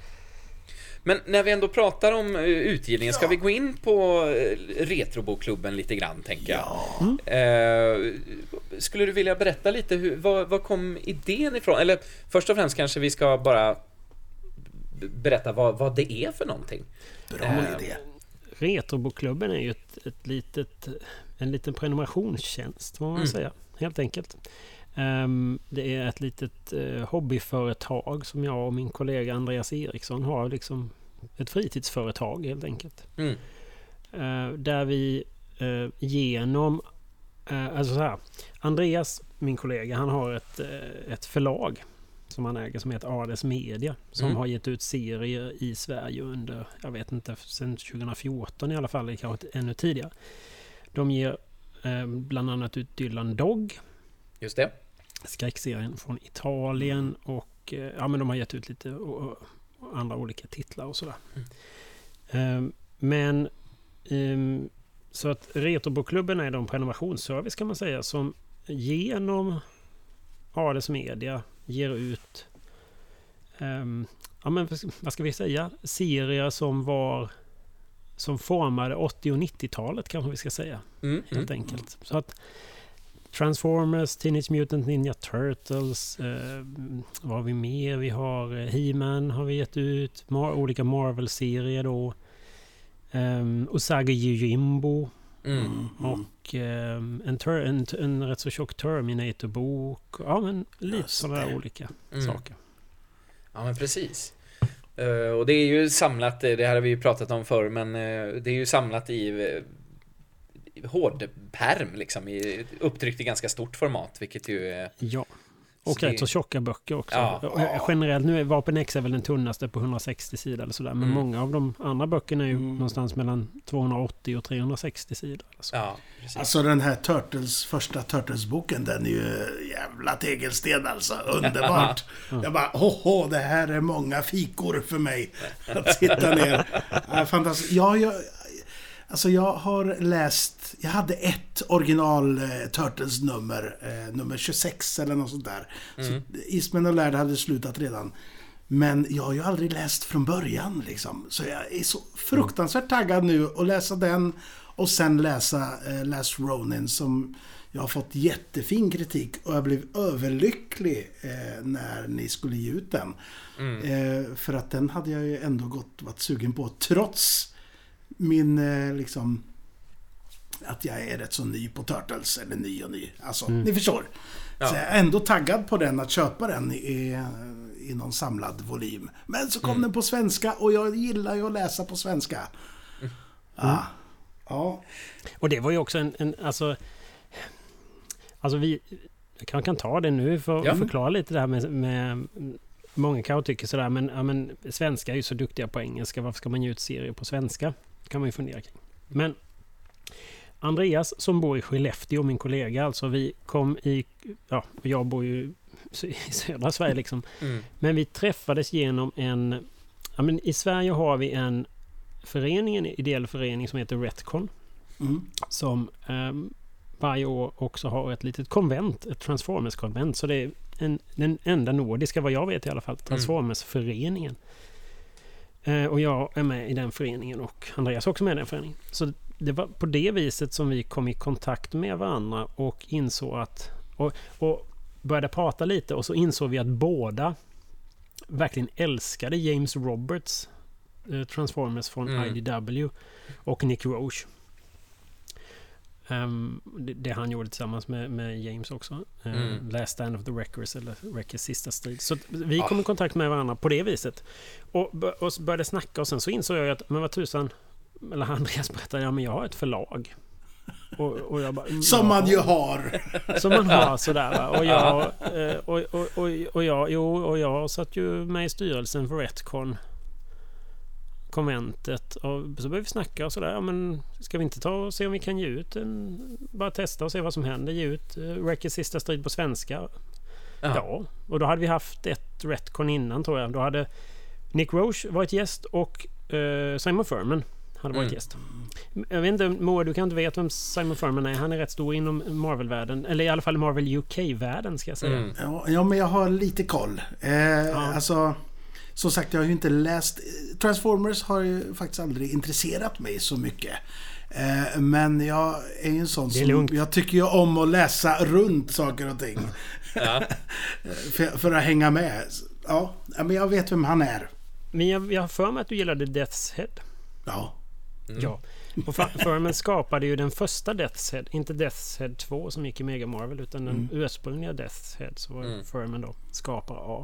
Men när vi ändå pratar om utgivningen, ska ja. vi gå in på Retrobokklubben lite grann, tänker jag. Ja. Mm. Eh, skulle du vilja berätta lite, hur, vad, vad kom idén ifrån? Eller först och främst kanske vi ska bara berätta vad, vad det är för någonting. Bra eh, idé. Retrobokklubben är ju ett, ett litet, en liten prenumerationstjänst, får man mm. säga, helt enkelt. Um, det är ett litet uh, hobbyföretag som jag och min kollega Andreas Eriksson har, liksom ett fritidsföretag helt enkelt. Mm. Uh, där vi uh, genom uh, alltså så här, Andreas, min kollega, han har ett, uh, ett förlag som han äger som heter Ades Media, som mm. har gett ut serier i Sverige under, jag vet inte, sedan tjugo fjorton i alla fall, kanske ännu tidigare. De ger uh, bland annat ut Dylan Dog. Just det. Skräckserien från Italien och ja, men de har gett ut lite och, och andra olika titlar och sådär. Mm. Um, men um, så att Retrobokklubben är en prenumerationsservice kan man säga som genom Ades Media ger ut um, ja, men vad ska vi säga, serier som var som formade åttio- och nittiotalet kanske vi ska säga. Mm. Helt mm. enkelt. Så att Transformers, Teenage Mutant Ninja Turtles, eh, vad har vi mer? Vi har eh, He-Man har vi gett ut, Mar- olika Marvel-serier då. Um, Usagi Yojimbo Mm. och um, en, ter- en, en rätt så tjock Terminator-bok. Ja, men lite sådana olika mm. saker. Ja, men precis. Uh, och det är ju samlat, det här har vi ju pratat om förr, men uh, det är ju samlat i uh, hårdperm liksom, i, upptryckt i ganska stort format, vilket ju är... Ja. Och rätt så tjocka böcker också. Ja. Generellt, nu är Vapen X är väl den tunnaste på hundrasextio sidor eller sådär. Men mm. många av de andra böckerna är ju mm. någonstans mellan tvåhundraåttio och trehundrasextio sidor. Alltså. Ja, precis. Alltså den här Turtles, första Turtles-boken, den är ju jävla tegelsten alltså. Underbart. ja. Jag bara, hoho, det här är många fikor för mig. Att sitta ner. Ja, fantastiskt. Ja, jag... Alltså jag har läst, jag hade ett original eh, Turtles-nummer, eh, nummer tjugosex eller något sånt där. Mm. Så Eastman och Laird hade slutat redan. Men jag har ju aldrig läst från början liksom. Så jag är så fruktansvärt taggad nu att läsa den och sen läsa eh, Last Ronin som jag har fått jättefin kritik och jag blev överlycklig eh, när ni skulle ge ut den. Mm. Eh, för att den hade jag ju ändå gått varit sugen på trots min eh, liksom att jag är rätt så ny på Turtles eller ny och ny. Alltså, mm. ni förstår. Ja. Så jag är ändå taggad på den att köpa den i, i någon samlad volym. Men så kom mm. den på svenska och jag gillar ju att läsa på svenska. Mm. Ah. Mm. Ja. Och det var ju också en, en alltså alltså vi kan, kan ta det nu för att ja. förklara lite det här med, med många kan tycka sådär, men, ja, men svenska är ju så duktiga på engelska, varför ska man ge ut serier på svenska? Kan man ju fundera kring. Men Andreas som bor i Skellefteå, min kollega, alltså vi kom i, ja, jag bor ju i södra Sverige liksom, mm. men vi träffades genom en, ja men i Sverige har vi en förening, en ideell förening som heter Retcon, mm. som um, varje år också har ett litet konvent, ett Transformers-konvent, så det är en, den enda nordiska, vad jag vet i alla fall, Transformers-föreningen. Mm. Uh, och jag är med i den föreningen och Andreas också med i den föreningen. Så det var på det viset som vi kom i kontakt med varandra och insåg att och, och började prata lite och så insåg vi att båda verkligen älskade James Roberts uh, Transformers från mm. I D W och Nick Roche. Um, det, det han gjorde tillsammans med, med James också. Uh, mm. Last Stand of the Wreckers eller Wreckers sista strid. Så vi kom i kontakt med varandra på det viset. Och, och började snacka och sen så insåg jag att, men vad tusan, eller Andreas berättade, ja men jag har ett förlag. Och, och jag bara, som man ju har. Som man har sådär. Och jag, och, och, och, och jag, jo, och jag satt ju med i styrelsen för Retcon konventet och så började vi snacka och sådär, ja, men ska vi inte ta och se om vi kan ge ut en, bara testa och se vad som händer, ge ut uh, Wreckers sista strid på svenska. Aha. Ja, och då hade vi haft ett Retcon innan tror jag, då hade Nick Roche varit gäst och uh, Simon Furman hade varit mm. gäst. Jag vet inte, Moa, du kan inte veta vem Simon Furman är, han är rätt stor inom Marvel-världen, eller i alla fall Marvel U K-världen ska jag säga. Mm. Ja, ja, men jag har lite koll. Eh, ja. Alltså som sagt, jag har ju inte läst Transformers, har ju faktiskt aldrig intresserat mig så mycket. Eh, men jag är ju en sån som lugnt. Jag tycker ju om att läsa runt saker och ting. Ja. för, för att hänga med. Ja, men jag vet vem han är. Men jag, jag har för mig att du gillade Death's Head. Ja. Mm. Ja. Och Furman skapade ju den första Death's Head, inte Death's Head två som gick i Mega Marvel, utan den mm. ursprungliga Death's Head, så var mm. Furman då skapare av.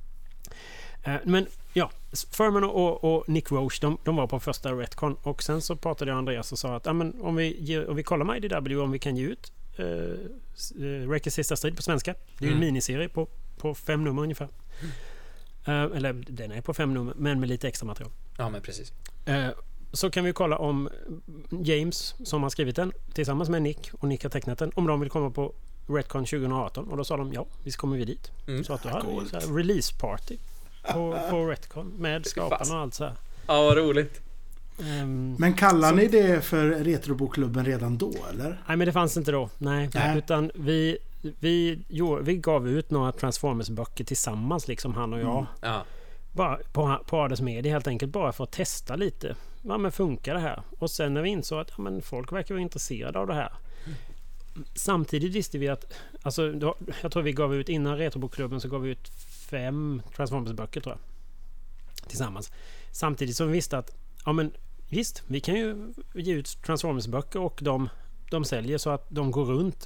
Men ja, Furman och, och Nick Roche, de, de var på första Retcon och sen så pratade jag Andreas och sa att ja, men om, vi, om vi kollar med I D W om vi kan ge ut uh, Wreckers sista strid på svenska. Det är ju mm. en miniserie på, på fem nummer ungefär. Mm. Uh, eller den är på fem nummer men med lite extra material. Ja, men precis. Uh, så kan vi kolla om James som har skrivit den tillsammans med Nick och Nick har tecknat den, om de vill komma på Retcon tjugo arton, och då sa de ja, visst kommer vi dit. Mm. Så att då hade vi så här release party på, på Retcon med skaparna och allt så här. Ja, vad roligt. Um, men kallar så, ni det för Retrobokklubben redan då, eller? Nej, men det fanns inte då. Nej, nej. Utan vi vi, jo, vi gav ut några Transformers-böcker tillsammans, liksom han och jag. Mm. Ja. Bara på, på Ades Media helt enkelt, bara för att testa lite. Ja, men funkar det här? Och sen när vi insåg att ja, men folk verkar vara intresserade av det här. samtidigt visste vi att, alltså, då, jag tror vi gav ut, innan Retrobokklubben så gav vi ut fem Transformers-böcker tror jag, tillsammans. Samtidigt som vi visste att, ja men visst, vi kan ju ge ut Transformers-böcker och de, de säljer så att de går runt.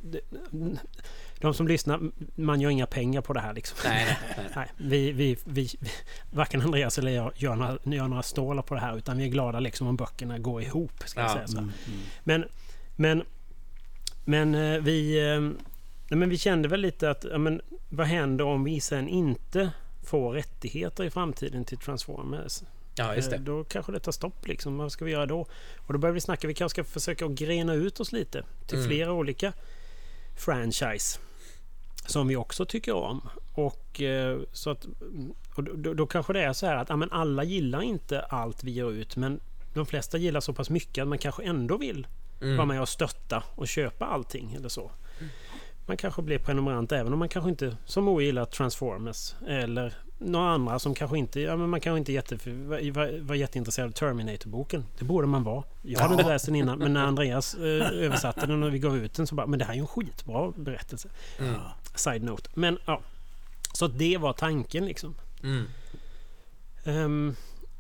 De som lyssnar, man gör inga pengar på det här liksom. Nej, nej, nej. nej vi, vi, vi, varken Andreas eller jag gör några, gör några stålar på det här, utan vi är glada liksom om böckerna går ihop, ska jag Ja. säga så. Mm, mm. Men, men, men eh, vi, eh, nej, men vi kände väl lite att, ja, men vad händer om vi sen inte får rättigheter i framtiden till Transformers? Ja, just det. Eh, Då kanske det tar stopp liksom. Vad ska vi göra då? Och då börjar vi snacka, vi kanske ska försöka att grena ut oss lite till Mm. flera olika franchise som vi också tycker om. Och eh, så att och då, då kanske det är så här att ja, men alla gillar inte allt vi gör ut, men de flesta gillar så pass mycket att man kanske ändå vill Mm. vara med och stötta och köpa allting eller så. Man kanske blir prenumerant även om man kanske inte som O gillar Transformers eller några andra som kanske inte, ja men man kanske inte jätte, var, var, var jätteintresserad av Terminator-boken. Det borde man vara. Jag hade inte läst den innan, men när Andreas eh, översatte den och vi gav ut den så bara, men det här är ju en skitbra berättelse. Mm. Side note. Men ja, så det var tanken liksom. Mm. Um,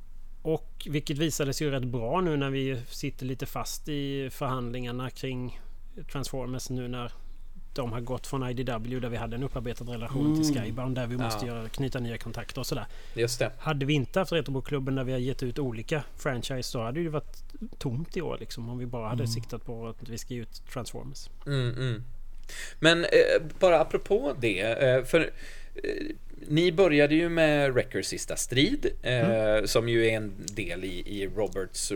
och vilket visade sig ju rätt bra nu när vi sitter lite fast i förhandlingarna kring Transformers nu när de har gått från I D W där vi hade en upparbetad relation Mm. till Skybound där vi måste Ja. göra, knyta nya kontakter och sådär. Just det. Hade vi inte haft Retrobokklubben där vi har gett ut olika franchise så hade det ju varit tomt i år liksom, om vi bara hade Mm. siktat på att vi ska ge ut Transformers. Mm, mm. Men eh, bara apropå det, eh, för eh, ni började ju med Wreckers sista strid, eh, Mm. som ju är en del i, i Roberts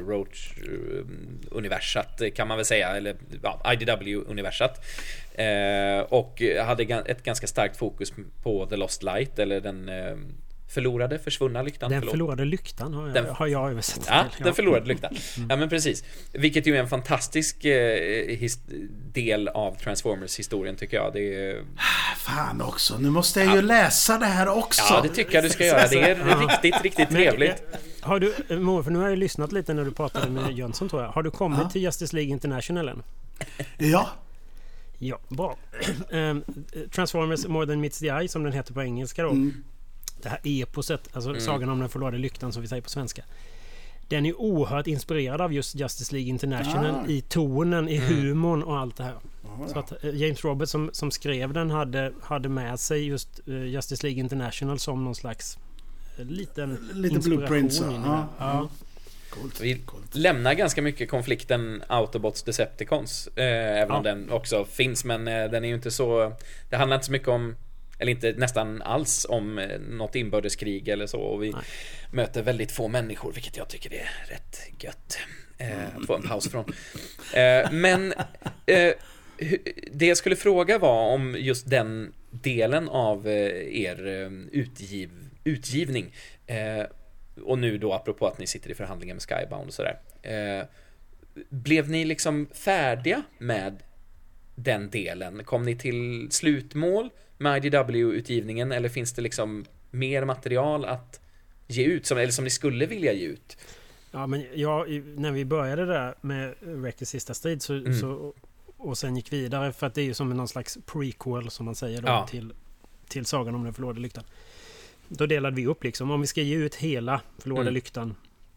Roach-universat kan man väl säga, eller ja, I D W-universat, eh, och hade ga- ett ganska starkt fokus på The Lost Light, eller den eh, förlorade, försvunna lyktan. Den förlåt. förlorade lyktan har jag, Den- har jag översatt Ja, till. den förlorade lyktan. Ja, men precis. Vilket ju är en fantastisk eh, his- del av Transformers-historien tycker jag. Det är... Fan också, nu måste jag ju läsa det här också. Ja, det tycker jag du ska göra. Det är riktigt, riktigt trevligt. Men, eh, har du, eh, Mo, för nu har jag lyssnat lite när du pratade med Jönsson tror jag. Har du kommit Ja. till Justice League International än? Ja, Ja, bra. Ehm, Transformers More Than Meets the Eye som den heter på engelska då. Mm. Det här eposet, alltså Mm. sagan om den förlorade lyktan som vi säger på svenska. Den är oerhört inspirerad av just Justice League International Ah. i tonen, i Mm. humorn och allt det här. Ja, Så att eh, James Roberts som, som skrev den hade, hade med sig just eh, Justice League International som någon slags eh, liten Lite inspiration blueprint så, in i ja. det. Ja. coolt. Vi coolt. lämnar ganska mycket konflikten Autobots Decepticons, eh, även om Ja. den också finns, men eh, den är ju inte så, det handlar inte så mycket om, eller inte nästan alls om eh, något inbördeskrig eller så, och vi Nej. möter väldigt få människor, vilket jag tycker är rätt gött eh, att få en paus från. Eh, men eh, hu- det jag skulle fråga var om just den delen av eh, er eh, utgiv, utgivning, eh, och nu då apropå att ni sitter i förhandlingar med Skybound och sådär, eh, blev ni liksom färdiga med den delen? Kom ni till slutmål med I D W-utgivningen, eller finns det liksom mer material att ge ut, som, eller som ni skulle vilja ge ut? Ja, men jag, i- när vi började där med Wreckers sista strid så, Mm. så, och sen gick vidare, för att det är ju som någon slags prequel som man säger då, Ja. till, till sagan om den förlorade lyktan. Då delade vi upp liksom, om vi ska ge ut hela förlorade Mm. lyktan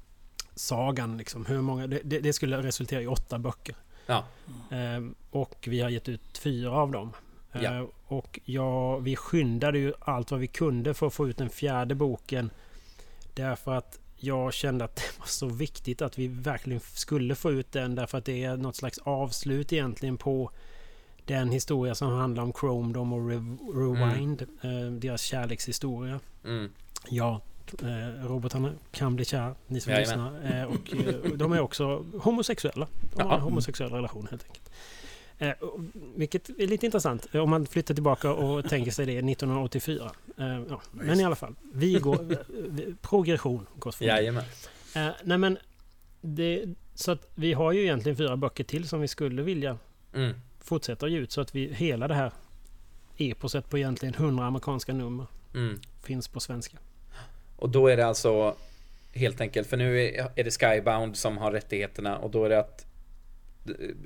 sagan liksom, hur många, det, det det skulle resultera i åtta böcker. Ja. Ehm, och vi har gett ut fyra av dem. Ja. Ehm, och ja, vi skyndade ju allt vad vi kunde för att få ut den fjärde boken. Därför att jag kände att det var så viktigt att vi verkligen skulle få ut den. Därför att det är något slags avslut egentligen på den historia som handlar om Chromedom och Re- Rewind. Eh, deras kärlekshistoria. Mm. Ja, eh, robotarna kan bli kära, ni som Jajamän. lyssnar. Eh, och eh, de är också homosexuella. De har Jaha. en homosexuell relation helt enkelt. Eh, och, vilket är lite intressant eh, om man flyttar tillbaka och tänker sig det nittonhundraåttiofyra. Eh, ja. Men i alla fall, vi går... vi, progression går för Jajamän. eh, Nej men, det, så att vi har ju egentligen fyra böcker till som vi skulle vilja Mm. fortsätta ge ut. Så att vi, hela det här eposet på egentligen hundra amerikanska nummer Mm. finns på svenska. Och då är det alltså helt enkelt, för nu är är det Skybound som har rättigheterna, och då är det att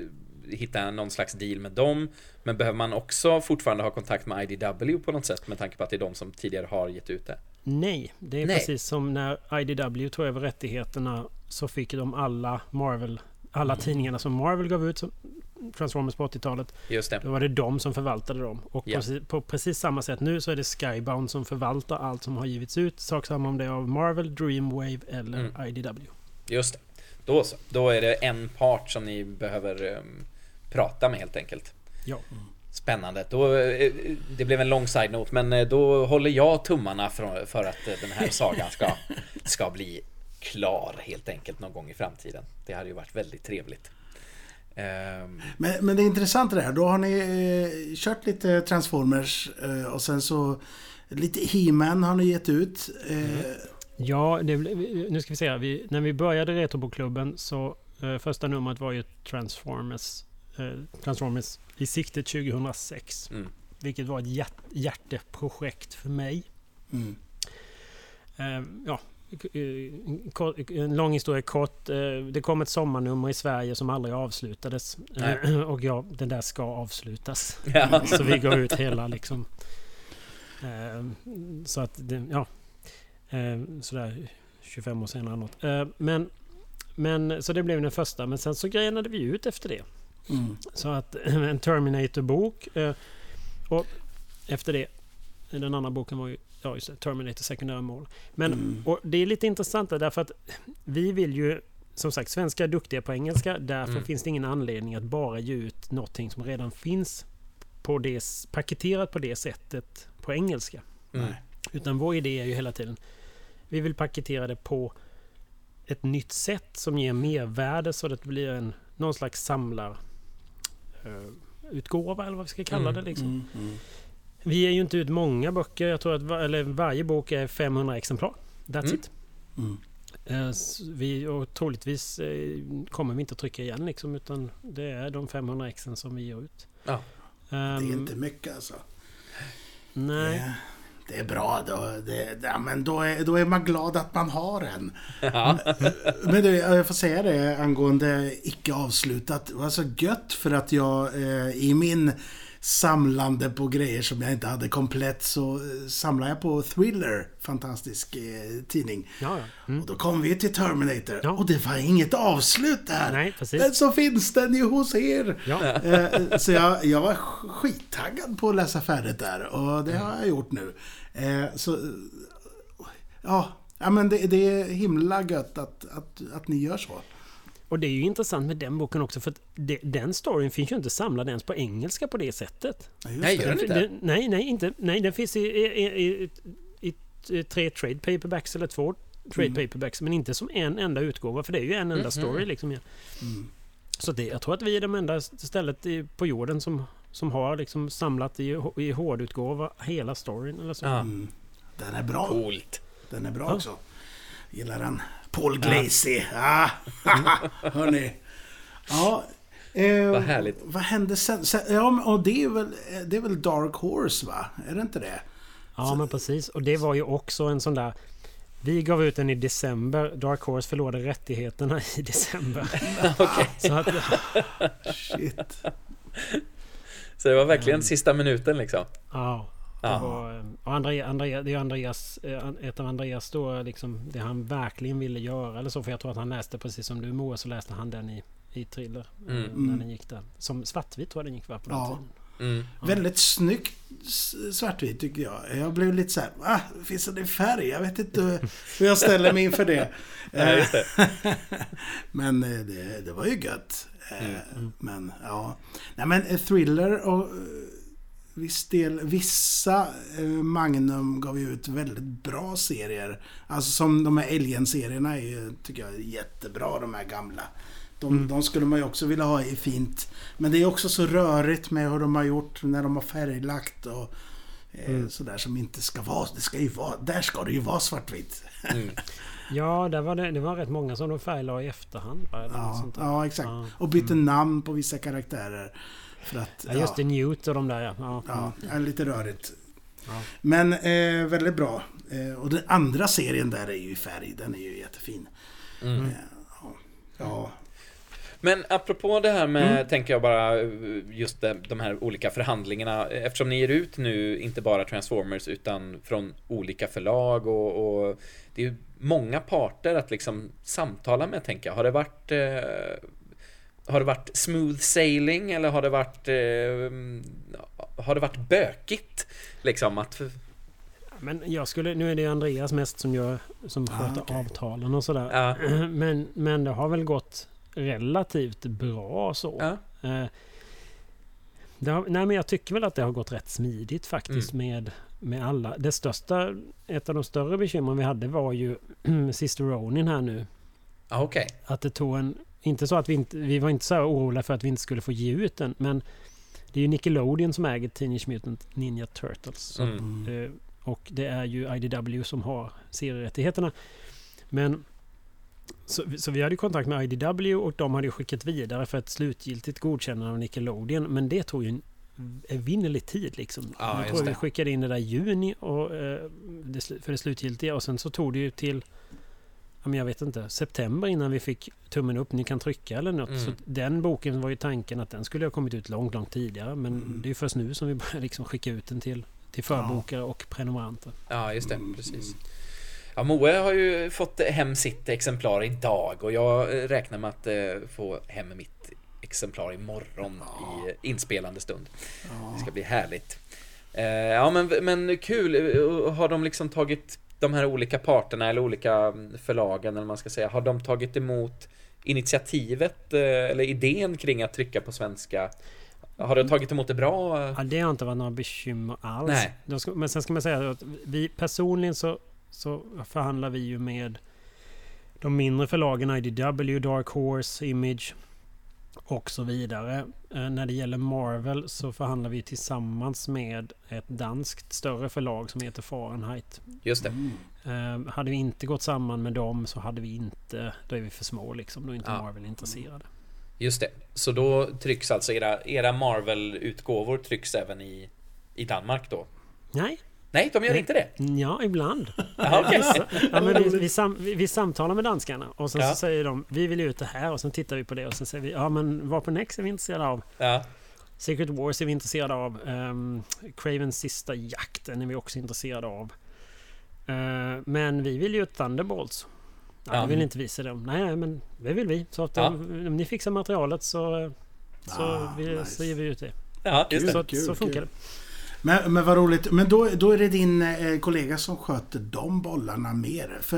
hitta någon slags deal med dem. Men behöver man också fortfarande ha kontakt med I D W på något sätt med tanke på att det är de som tidigare har gett ut det? Nej, det är Nej. precis som när I D W tog över rättigheterna så fick de alla Marvel, alla mm. tidningarna som Marvel gav ut som Transformers på åttiotalet. Just det. Då var det de som förvaltade dem. Och ja. precis, på precis samma sätt nu så är det Skybound som förvaltar allt som har givits ut. Sak samma om det är av Marvel, Dreamwave eller mm. I D W. Just det. Då så. Då är det en part som ni behöver um, prata med helt enkelt. Ja. Mm. Spännande. Då, det blev en lång side-note, men då håller jag tummarna för, för att den här sagan ska, ska bli klar helt enkelt någon gång i framtiden. Det hade ju varit väldigt trevligt. Um, men, men det är intressant det här. Då har ni eh, kört lite Transformers eh, och sen så lite He-Man har ni gett ut. Eh. Mm. Ja, det, nu ska vi se. Vi, när vi började Retrobokklubben så eh, första numret var ju Transformers eh, Transformers i siktet tjugohundrasex. Mm. Vilket var ett hjärt, hjärteprojekt för mig. Mm. Eh, ja, en lång historia kort. Det kom ett sommarnummer i Sverige som aldrig avslutades. Nej. Och ja, den där ska avslutas. Ja. Så vi går ut hela liksom. Så att det, ja. Sådär tjugofem år senare något. Men, men så det blev den första. Men sen så grenade vi ut efter det. Mm. Så att en Terminator-bok. Och efter det, den andra boken var ju ja, just det, Terminator sekundära mål. Men mm. och det är lite intressant därför att vi vill ju, som sagt, svenska är duktiga på engelska. Därför mm. finns det ingen anledning att bara ge ut någonting som redan finns på det, paketerat på det sättet på engelska. Mm. Utan vår idé är ju hela tiden vi vill paketera det på ett nytt sätt som ger mervärde så att det blir en någon slags samlar uh, utgåva eller vad vi ska kalla det liksom. Mm. Mm. Vi ger ju inte ut många böcker. Jag tror att var, eller varje bok är femhundra exemplar. That's mm. it. Mm. Uh, vi, och troligtvis uh, kommer vi inte att trycka igen liksom, utan det är de femhundra exen som vi ger ut. Ja. Um, det är inte mycket alltså. Nej. Det, det är bra då. Det, ja, men då är, då är man glad att man har en. Ja. Men du, jag får säga det angående icke avslutat. Det var så gött för att jag eh, i min samlande på grejer som jag inte hade komplett så samlade jag på Thriller, fantastisk eh, tidning. Ja, ja. Mm. Och då kom vi till Terminator. Ja. Och det var inget avslut där. Nej, precis. Men så finns den ju hos er. Ja. Eh, så jag, jag var skittaggad på att läsa färdigt där. Och det har jag gjort nu. Eh, så ja, ja men det, det är himla gött att, att, att ni gör så. Och det är ju intressant med den boken också för att det, den storyn finns ju inte samlad ens på engelska på det sättet. Ja, nej, gör den inte? Den, nej, nej, inte. Nej, den finns i, i, i, i, i tre trade paperbacks eller två trade mm. paperbacks men inte som en enda utgåva för det är ju en enda mm. story liksom. Ja. Mm. Så det, jag tror att vi är de enda stället i, på jorden som, som har liksom samlat i, i hårdutgåva hela storyn eller så. Mm. Den är bra. Coolt. Den är bra ja. Också. Gillar den. Paul Glacy. Ja. Hörrni. Ja. Eh, vad härligt. Vad hände sen? sen ja, och det är väl det är väl Dark Horse va? Är det inte det? Ja, så. Men precis. Och det var ju också en sån där vi gav ut den i december. Dark Horse förlorade rättigheterna i december. Okej. Så att shit. Så det var verkligen um, sista minuten liksom. Ja. Det var, och Andrea, Andrea, det är Andreas, ett av Andreas då, liksom, det han verkligen ville göra eller så, för jag tror att han läste precis som du Moa, så läste han den i, i Thriller mm. när den gick där. Som svartvit tror jag den gick var på den ja. tiden. Mm. Ja. Väldigt snyggt svartvit tycker jag. Jag blev lite så här, ah, finns det i färg? Jag vet inte hur jag ställer mig inför det. Nej, just det. Men det, det var ju gött. Mm. Men ja. Nej men Thriller och viss del, vissa eh, Magnum gav ju ut väldigt bra serier. Alltså som de här Alien-serierna är ju, tycker jag, jättebra, de här gamla. De, mm. de skulle man ju också vilja ha i fint. Men det är också så rörigt med hur de har gjort när de har färglagt och eh, mm. sådär som inte ska vara. Det ska ju vara, där ska det ju vara svartvitt. Mm. Ja, där var det, det var rätt många som de färglade i efterhand. Ja, sånt där. ja, exakt. Ja. Och bytte mm. namn på vissa karaktärer. För att, ja, just det, ja. Newt och de där, ja. Ja, ja är lite rörigt. Ja. Men eh, väldigt bra. Eh, och den andra serien där är ju i färg. Den är ju jättefin. Mm. Eh, ja. ja. Men apropå det här med, Mm. tänker jag bara, just de, de här olika förhandlingarna. Eftersom ni ger ut nu inte bara Transformers utan från olika förlag och, och det är ju många parter att liksom samtala med, tänker jag. Har det varit eh, har det varit smooth sailing eller har det varit eh, har det varit bökigt liksom att Men jag skulle, nu är det Andreas mest som gör som sköter Ah, okay. avtalen och sådär. Ja. Men, men det har väl gått relativt bra så. Ja. Eh, det har, nej, men jag tycker väl att det har gått rätt smidigt faktiskt Mm. med, med alla. Det största, ett av de större bekymren vi hade var ju Sister Ronin här nu. Ja, okej. Att det tog en, inte så att vi inte, vi var inte så här oroliga för att vi inte skulle få ge ut den, men det är ju Nickelodeon som äger Teenage Mutant Ninja Turtles. Så, Mm. eh, och det är ju I D W som har serierättigheterna. Men så, så vi hade ju kontakt med I D W och de hade ju skickat vidare för ett slutgiltigt godkännande av Nickelodeon, men det tog ju en evinnerlig tid liksom. Ja, jag just tror vi det. skickade in det där i juni och, eh, det, slu- för det slutgiltiga och sen så tog det ju till ja, men jag vet inte, september innan vi fick tummen upp, ni kan trycka eller något. Mm. Så den boken var ju tanken att den skulle ha kommit ut långt, långt tidigare, men Mm. det är ju först nu som vi börjar liksom skicka ut den till, till förbokare och prenumeranter. Ja, just det, precis. Ja, Moe har ju fått hem sitt exemplar idag och jag eh, räknar med att eh, få hem mitt exemplar imorgon i inspelande stund. Det ska bli härligt. Eh, ja, men, men kul. Har de liksom tagit de här olika parterna eller olika förlagen eller vad man ska säga, har de tagit emot initiativet eh, eller idén kring att trycka på svenska? Har de tagit emot det bra? Ja, det har inte varit några bekymmer alls. Nej. Då ska, men sen ska man säga att vi personligen så, så förhandlar vi ju med de mindre förlagen I D W, Dark Horse, Image och så vidare. Eh, när det gäller Marvel så förhandlar vi tillsammans med ett danskt större förlag som heter Fahrenheit. Just det. Eh, hade vi inte gått samman med dem så hade vi inte, då är vi för små liksom, då är inte Ja. Marvel intresserade. Just det. Så då trycks alltså era, era Marvel-utgåvor trycks även i, i Danmark då? Nej. Nej, de gör Nej. inte det. Ja, ibland. Jaha, okej. Ja, men vi, vi, sam, vi, vi samtalar med danskarna och sen Ja. så säger de vi vill ut det här och sen tittar vi på det och sen säger vi ja men Vapen X är vi intresserade av. Ja. Secret Wars är vi intresserade av. Um, Cravens sista jakten är vi också intresserade av. Uh, men vi vill ju ut Thunderbolts. Ja, Ja. det vill inte vi se dem. Nej, nej, men det vill vi. Så att Ja. om, om ni fixar materialet så, så, Ah, vi, nice. så ger vi ut det. Ja, just det. Så, Kul, så funkar kul. det. Men, men vad roligt. Men då, då är det din eh, kollega som sköter de bollarna mer. För eh,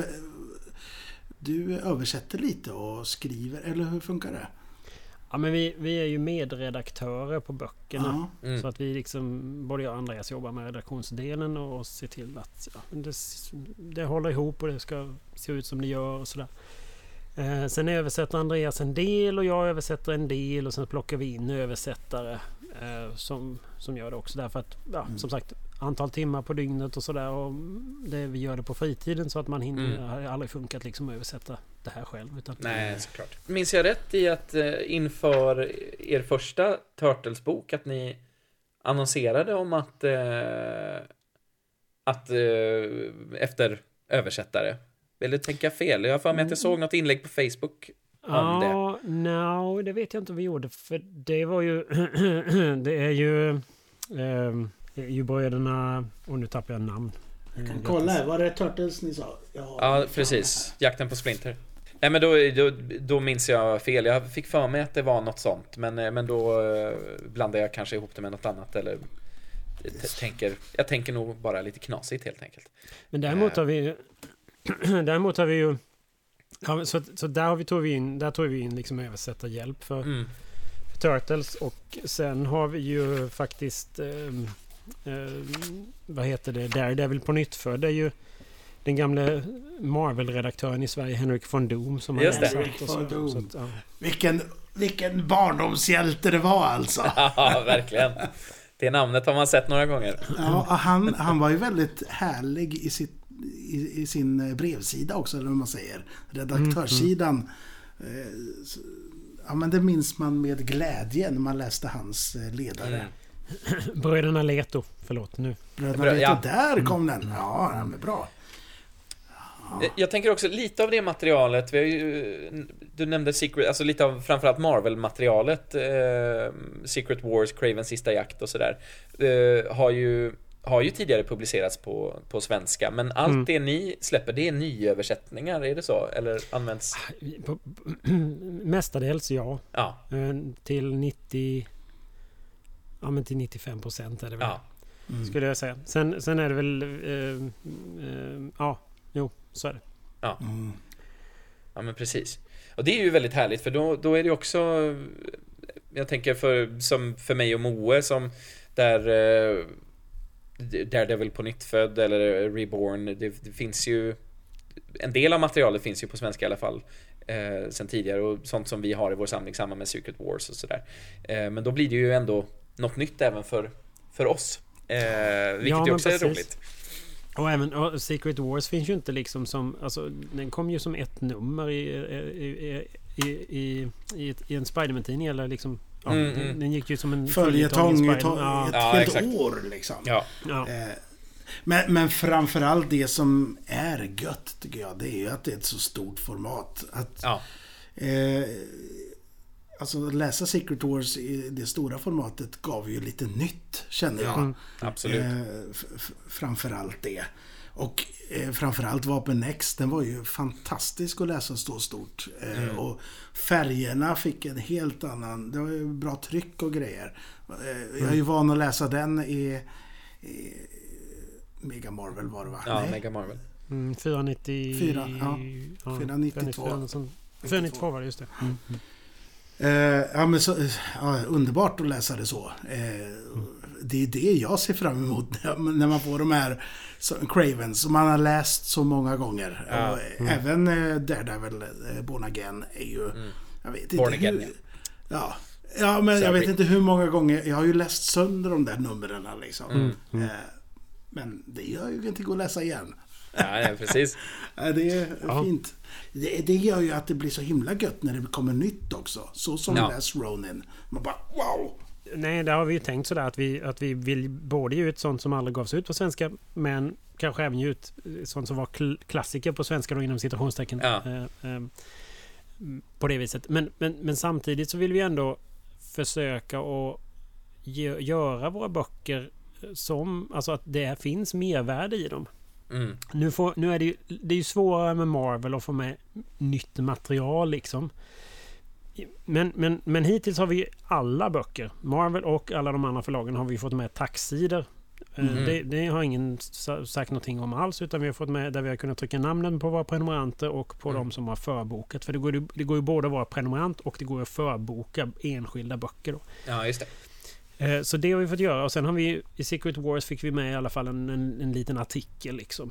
du översätter lite och skriver, eller hur funkar det? Ja, men vi, vi är ju medredaktörer på böckerna. Ja. Mm. Så att vi liksom, både jag och Andreas jobbar med redaktionsdelen och ser till att ja, det, det håller ihop och det ska se ut som det gör och sådär. Eh, sen översätter Andreas en del och jag översätter en del och sen plockar vi in översättare eh, som, som gör det också. Därför att, ja, Mm. som sagt, antal timmar på dygnet och sådär. Och det, vi gör det på fritiden så att man hinner, Mm. det har aldrig funkat liksom att översätta det här själv. Utan, Nej, såklart. Minns jag rätt i att eh, inför er första Turtles-bok att ni annonserade om att eh, att eh, efter översättare? Eller tänker jag fel? Jag har för mig att jag såg något inlägg på Facebook om det. Ja, no, det vet jag inte om vi gjorde. För det var ju... det är ju... Eh, det är ju bröderna... Och nu tappar jag namn. Jag kan kolla här, var det Turtles ni sa? Ja, Ja, precis. Jakten på Splinter. Nej, men då, då, då minns jag fel. Jag fick för mig att det var något sånt. Men, men då eh, blandade jag kanske ihop det med något annat. Eller t- tänker, jag tänker nog bara lite knasigt helt enkelt. Men däremot har vi... däremot har vi ju... Ja, så, så där har vi tog vi in, där tog vi in liksom översättarhjälp för, Mm. för Turtles. Och sen har vi ju faktiskt... Eh, eh, vad heter det? Daredevil på nytt för. Det är ju den gamla Marvel-redaktören i Sverige, Henrik von Doom, som har Just det. översatt och så, Henrik von så att, ja. Vilken, vilken barndomshjälte det var alltså. Ja, verkligen. Det namnet har man sett några gånger. Ja, han, han var ju väldigt härlig i, sitt, i, i sin brevsida också, eller vad man säger. Redaktörssidan. Eh, så- Ja, men det minns man med glädje när man läste hans eh, ledare. Mm. Bröderna Leto, förlåt nu. Bröderna Brö- Leto, ja. där kom den. Ja, den är bra. Jag tänker också lite av det materialet, vi har ju, du nämnde Secret, alltså lite av framförallt Marvel-materialet, eh, Secret Wars, Cravens sista jakt och sådär, eh, har ju har ju tidigare publicerats på, på svenska, men allt mm. det ni släpper, det är nyöversättningar, är det så? Eller används? På, mestadels ja. ja. Till nittio ja men till nittiofem procent är det väl. Ja. Mm. Skulle jag säga. Sen, sen är det väl eh, eh, ja, jo, så är det. Ja. Mm. Ja men precis. Och det är ju väldigt härligt, för då, då är det också, jag tänker för, som för mig och Moe som där eh, Daredevil på nytt född eller Reborn, det, det finns ju en del av materialet finns ju på svenska i alla fall eh, sen tidigare, och sånt som vi har i vår samling samma med Secret Wars och sådär, eh, men då blir det ju ändå något nytt även för, för oss, eh, vilket ja, ju också precis. Är roligt. Och även och Secret Wars finns ju inte liksom som, alltså den kom ju som ett nummer i i i i, i, i en Spider-Man-tidning eller liksom. Ja, mm, den, mm. den gick ju som en följetong ett, ja. ett ja, helt exakt. år liksom. Ja. Ja. Eh, men, men framförallt det som är gött tycker jag, det är ju att det är ett så stort format. Att, ja. eh, alltså läsa Secret Wars i det stora formatet gav ju lite nytt, känner jag. Mm, absolut. Eh, f- f- framförallt det. Och eh, framförallt Vapen X, den var ju fantastisk att läsa så stort. Eh, mm. Och färgerna fick en helt annan, det var ju bra tryck och grejer. Eh, jag är ju van att läsa den i, i Mega Marvel var det va? Ja, Nej. Mega Marvel. Mm, fyrahundranittiofyra. Ja, fyrahundranittiotvå. fyrahundranittio var det, just det. Mm. Eh, ja, men så, ja, underbart att läsa det så. Eh, det är det jag ser fram emot när man får de här Cravens som man har läst så många gånger. Ja. Och Mm. även eh, Daredevil, eh, Born Again är ju mm. jag vet inte Born Again, hur, ja. Ja, men så jag vet blir... inte hur många gånger jag har ju läst sönder de där numren liksom. Mm. Mm. Eh, men det gör ju inte gå att läsa igen. Ja, ja precis. Det är ja. fint. Det, det gör ju att det blir så himla gött när det kommer nytt också. Så som ja. Last Ronin. Man bara, wow! Nej, där har vi ju tänkt sådär att vi, att vi vill både ge ut sånt som aldrig gavs ut på svenska, men kanske även ge ut sånt som var kl- klassiker på svenska då, inom citationstecken. Ja. Eh, eh, på det viset. Men, men, men samtidigt så vill vi ändå försöka att ge, göra våra böcker som, alltså att det finns mervärde i dem. Mm. Nu, får, nu är det ju, det är ju svårare med Marvel att få med nytt material liksom. Men, men, men hittills har vi alla böcker, Marvel och alla de andra förlagen, har vi fått med taxsidor. Mm. Det, det har ingen sagt någonting om alls, utan vi har fått med där vi har kunnat trycka namnen på våra prenumeranter och på mm. de som har förbokat. För det går, det går ju både att vara prenumerant och det går att förboka enskilda böcker då. Ja, just det. Så det har vi fått göra, och sen har vi i Secret Wars fick vi med i alla fall en, en, en liten artikel liksom.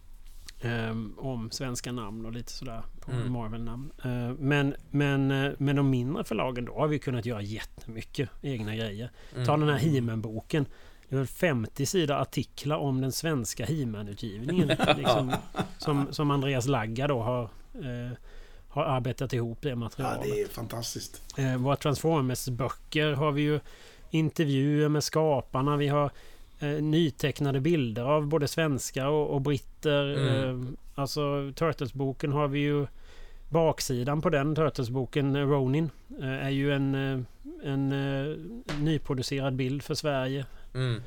Um, om svenska namn och lite sådär på mm. Marvel-namn. Uh, men, men, uh, men de mindre förlagen då har vi kunnat göra jättemycket egna grejer. Mm. Ta den här He-Man-boken. Det är väl femtio sidor artiklar om den svenska He-Man-utgivningen. liksom, som, som Andreas Lagga då har, uh, har arbetat ihop det materialet. Ja, det är fantastiskt. Uh, våra Transformers-böcker har vi ju intervjuer med skaparna. Vi har Eh, nytecknade bilder av både svenskar och, och britter. Mm. Eh, alltså Turtles-boken har vi ju, baksidan på den Turtles-boken, Ronin, eh, är ju en, eh, en eh, nyproducerad bild för Sverige. Mm.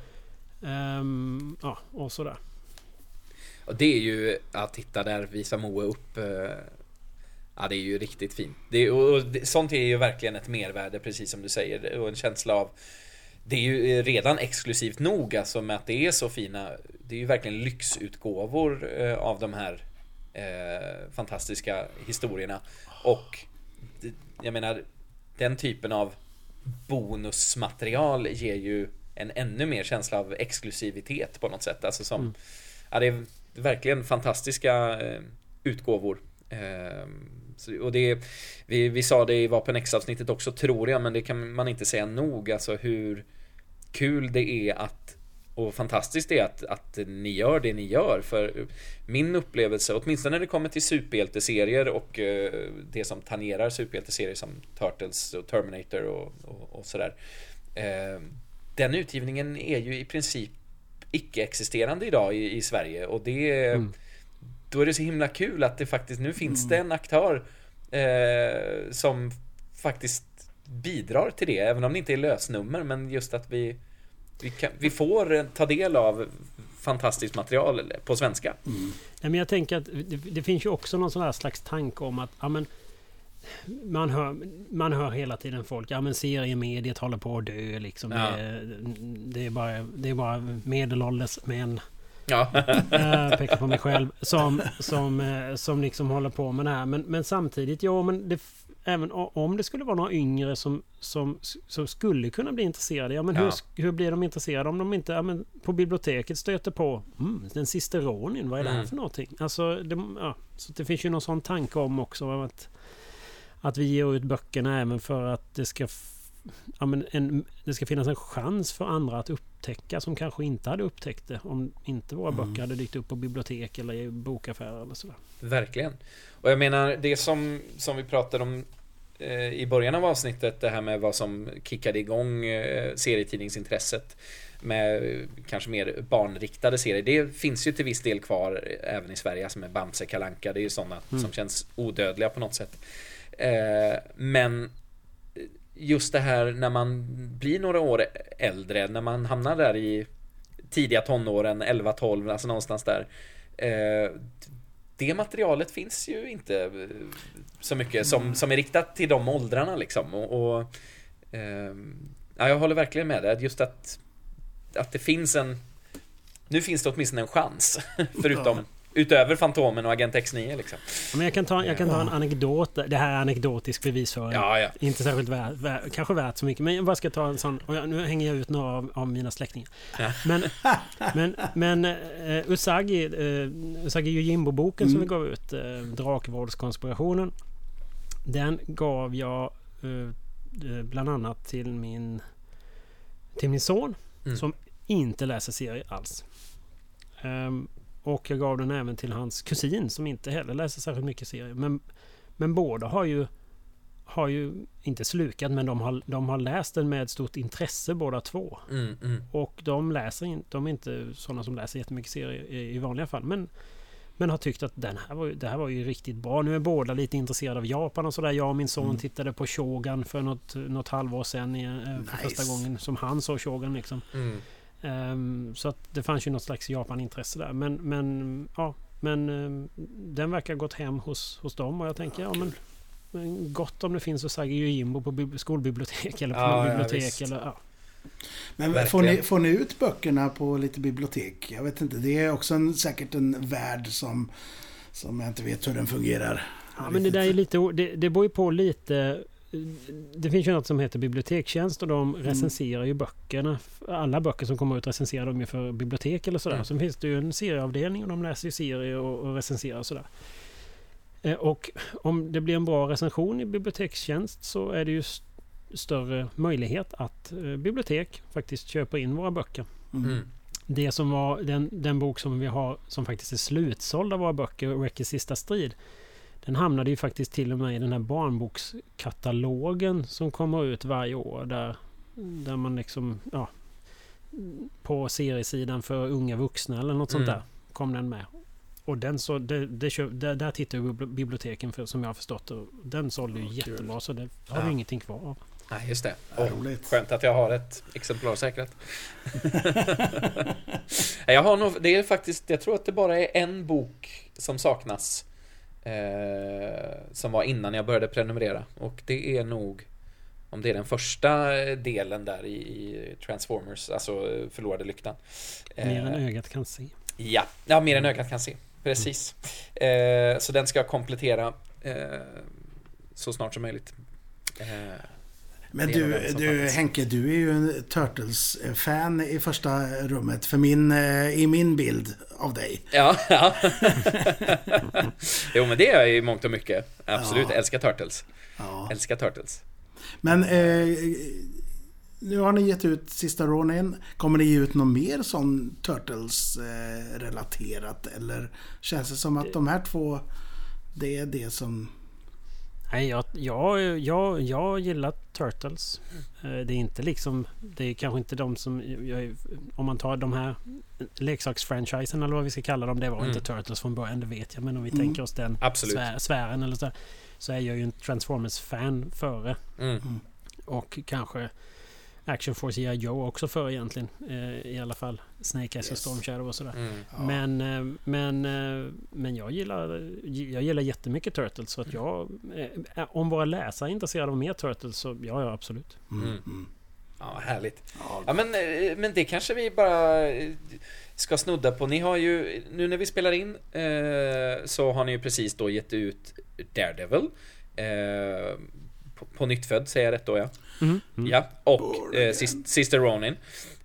Um, ja, och sådär. Och det är ju att titta där, visar Moe upp. Eh, ja, det är ju riktigt fint. Det, och, och det, sånt är ju verkligen ett mervärde, precis som du säger, och en känsla av. Det är ju redan exklusivt nog, alltså, med att det är så fina. Det är ju verkligen lyxutgåvor eh, av de här eh, fantastiska historierna. Och det, jag menar, den typen av bonusmaterial ger ju en ännu mer känsla av exklusivitet på något sätt. Alltså som, mm. ja, det är verkligen fantastiska eh, utgåvor. Eh, så, och det, vi, vi sa det i Vapen X-avsnittet också, tror jag, men det kan man inte säga nog. Alltså hur kul det är att, och fantastiskt det är att, att ni gör det ni gör. För min upplevelse, åtminstone när det kommer till superhjälteserier och uh, det som tangerar superhjälteserier som Turtles och Terminator och, och, och sådär, uh, den utgivningen är ju i princip icke-existerande idag i, i Sverige, och det, mm. då är det så himla kul att det faktiskt nu finns mm. det en aktör eh, som faktiskt bidrar till det, även om det inte är lösnummer, men just att vi vi, kan, vi får ta del av fantastiskt material på svenska. Mm. Ja, men jag tänker att det, det finns ju också någon sån här slags tanke om att ja, men, man, hör, man hör hela tiden folk, ja men seriemediet håller på att dö liksom. Ja. Det, det, är bara, det är bara medelålders män. Ja. Jag pekar på mig själv som, som, som liksom håller på med det här. Men, men samtidigt, ja men det, även om det skulle vara några yngre som, som, som skulle kunna bli intresserade, ja men ja. Hur, hur blir de intresserade om de inte ja, men på biblioteket stöter på mm, den sista Ronin, vad är det här för någonting? Alltså, det, ja, så det finns ju någon sån tanke om också att, att vi ger ut böckerna även för att det ska ja, men en, det ska finnas en chans för andra att upptäcka som kanske inte hade upptäckt det om inte våra mm. böcker hade dykt upp på bibliotek eller i bokaffärer eller sådär. Verkligen. Och jag menar, det som, som vi pratade om eh, i början av avsnittet, det här med vad som kickade igång eh, serietidningsintresset med eh, kanske mer barnriktade serier. Det finns ju till viss del kvar även i Sverige, som är Bamse, Kalle Anka. Det är ju sådana mm. som känns odödliga på något sätt. Eh, men just det här när man blir några år äldre, när man hamnar där i tidiga tonåren, elva tolv, alltså någonstans där. Eh, det materialet finns ju inte så mycket som, som är riktat till de åldrarna liksom. Och, och eh, ja, jag håller verkligen med det. Just att, att det finns en... Nu finns det åtminstone en chans, förutom... Utöver Fantomen och Agent X nio liksom. Men jag kan ta, jag kan ta en anekdot. Det här är anekdotisk bevisföring. Ja, ja. Inte särskilt värt, värt, kanske värt så mycket. Men jag bara ska ta en sån. Och jag, nu hänger jag ut några av, av mina släktingar. Ja. Men, men, men uh, Usagi, uh, Usagi Yojimbo-boken mm. som vi gav ut, uh, Drakvårdskonspirationen. Den gav jag uh, bland annat till min till min son mm. som inte läser serier alls. Um, Och jag gav den även till hans kusin som inte heller läser särskilt mycket serier. Men, men båda har ju, har ju inte slukat, men de har, de har läst den med stort intresse båda två. Mm, mm. Och de läser in, de är inte sådana som läser jättemycket serier i, i vanliga fall. Men, men har tyckt att den här var, det här var ju riktigt bra. Nu är båda lite intresserade av Japan och sådär. Jag och min son mm. tittade på Shogun för något, något halvår sedan i, för nice. första gången som han såg Shogun liksom. Mm. Um, så att det fanns ju något slags Japan-intresse där. Men, men, ja, men um, den verkar ha gått hem hos, hos dem. Och jag tänker, ja, men, men gott om det finns Usagi Yojimbo på bi- skolbibliotek eller på ja, bibliotek. Ja, eller, ja. Men får ni, får ni ut böckerna på lite bibliotek? Jag vet inte, det är också en, säkert en värld som, som jag inte vet hur den fungerar. Ja, men det där är lite, det, det beror ju på lite. Det finns ju något som heter bibliotekstjänst och de recenserar ju böckerna. Alla böcker som kommer ut recenserar de ju för bibliotek eller sådär. Mm. Sen finns det ju en serieavdelning och de läser ju serier och, och recenserar och sådär. Eh, och om det blir en bra recension i bibliotekstjänst så är det ju st- större möjlighet att eh, bibliotek faktiskt köper in våra böcker. Mm. Det som var den, den bok som vi har som faktiskt är slutsåld av våra böcker, Reckys sista strid. Den hamnade ju faktiskt till och med i den här barnbokskatalogen som kommer ut varje år där, där man liksom ja, på seriesidan för unga vuxna eller något mm. sånt där kom den med. Och den så det, det, där, där tittar ju biblioteken för, som jag har förstått, och den sålde ju oh, jättebra så det har ja. vi ingenting kvar av. Nej, just det. Oh, skönt att jag har ett exemplar säkert. jag har nog, det är faktiskt, jag tror att det bara är en bok som saknas. Eh, som var innan jag började prenumerera. Och det är nog, om det är den första delen där i, i Transformers, alltså Förlorade lyktan. Eh, mer än ögat kan se. Ja, ja mer än ögat kan se. Precis. Mm. Eh, så den ska jag komplettera eh, så snart som möjligt. Eh, Men du, du Henke, du är ju en Turtles-fan i första rummet för min, i min bild av dig. Ja, ja. Jo, men det är jag i mångt och mycket. Absolut, ja. älskar Turtles. Ja. Älskar Turtles. Men eh, nu har ni gett ut sista Ronin. Kommer ni ge ut något mer som Turtles-relaterat? Eh, eller känns det som att de här två, det är det som Nej, jag, jag, jag, jag gillar Turtles. Det är inte liksom, det är kanske inte de som, jag, om man tar de här leksaksfranchisen eller vad vi ska kalla dem, det var mm. inte Turtles från början, det vet jag, men om vi mm. tänker oss den svär, sfären eller så, så är jag ju en Transformers-fan före. Mm. Och kanske Action Force G I. Joe också för egentligen, eh, i alla fall Snake Eyes yes. och Storm Shadow och sådär. Mm, ja. Men eh, men eh, men jag gillar jag gillar jättemycket Turtles, så att jag eh, om våra läsare är intresserade av mer Turtles, så ja, ja absolut. Mm. Mm. Ja, härligt. Ja, men men det kanske vi bara ska snudda på. Ni har ju nu när vi spelar in eh, så har ni ju precis då gett ut Daredevil eh, på, på nyttfödd, säger jag rätt då, ja. Mm. Mm. Ja, och eh, Sister Ronin.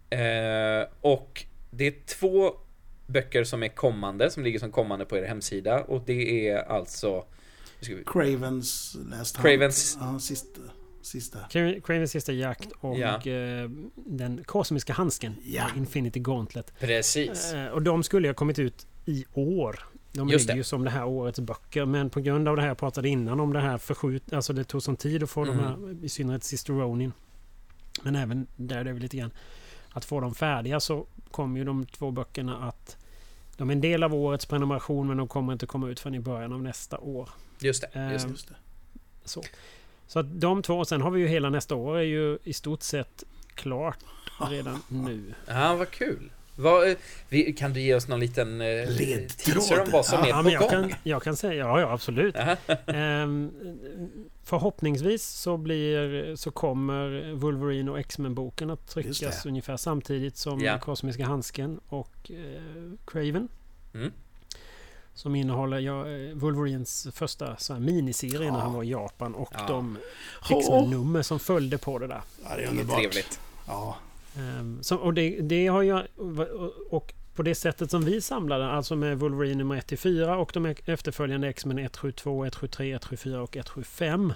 Eh, och det är två böcker som är kommande, som ligger som kommande på er hemsida, och det är alltså vi... Cravens Last Cravens ja, sista sista. Cravens sista jakt och ja. eh, den kosmiska handsken, ja. Infinity Gauntlet. Precis. Eh, och de skulle ha kommit ut i år. De Just ligger det. ju som det här årets böcker, men på grund av det här jag pratade innan om det här förskjut, alltså det tog sån tid att få mm. de här, i synnerhet Sister Ronin, men även där det är väl lite grann att få dem färdiga, så kommer ju de två böckerna att de är en del av årets prenumeration, men de kommer inte komma ut förrän i början av nästa år. Just det, just, eh, just det. Så. Så att de två, sen har vi ju hela nästa år är ju i stort sett klart redan nu. Ja, vad kul. Vad, vi, kan du ge oss någon liten eh, teaser om vad som ja, är på jag gång? Kan, jag kan säga, ja, ja absolut. ehm, förhoppningsvis så blir så kommer Wolverine och X-Men-boken att tryckas ungefär samtidigt som ja. Kosmiska handsken och eh, Craven. Mm. Som innehåller ja, Wolverines första så här, miniserie ja. när han var i Japan, och ja. de X-Men-nummer som följde på det där. Ja, det är underbart. Trevligt. Ja. Um, så, och det, det har jag och, och på det sättet som vi samlade, alltså med Wolverine nummer ett till fyra och de efterföljande X-Men ett sju två, ett sju tre, ett sju fyra och ett sju fem,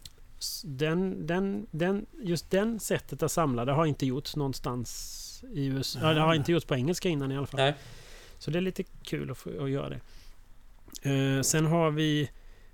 den, den, den, just den sättet att samla det har inte gjorts någonstans i U S A. Ja, det har inte gjorts på engelska innan i alla fall. Nej. Så det är lite kul att, få, att göra det. Uh, sen har vi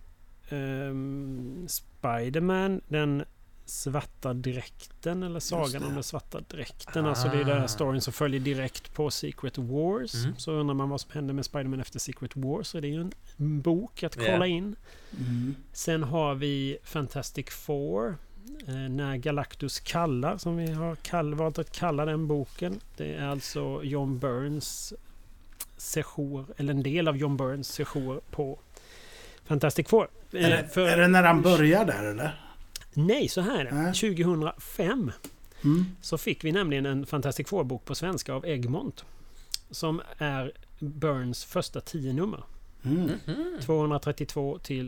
um, Spider-Man, den svarta dräkten, eller sagan om den svarta dräkten. Ah. Alltså det är den här storyn som följer direkt på Secret Wars. Mm. Så undrar man vad som hände med Spider-Man efter Secret Wars, så det är ju en bok att kolla yeah. in. Mm. Sen har vi Fantastic Four, eh, när Galactus kallar, som vi har kall, valt att kalla den boken. Det är alltså John Burns sejour, eller en del av John Burns sejour på Fantastic Four. Är det, för, är det när han börjar där, eller? Nej, så här är det. Äh. tjugohundrafem mm. så fick vi nämligen en Fantastic Four-bok på svenska av Egmont, som är Burns första tio nummer. Mm. Mm. tvåhundratrettiotvå till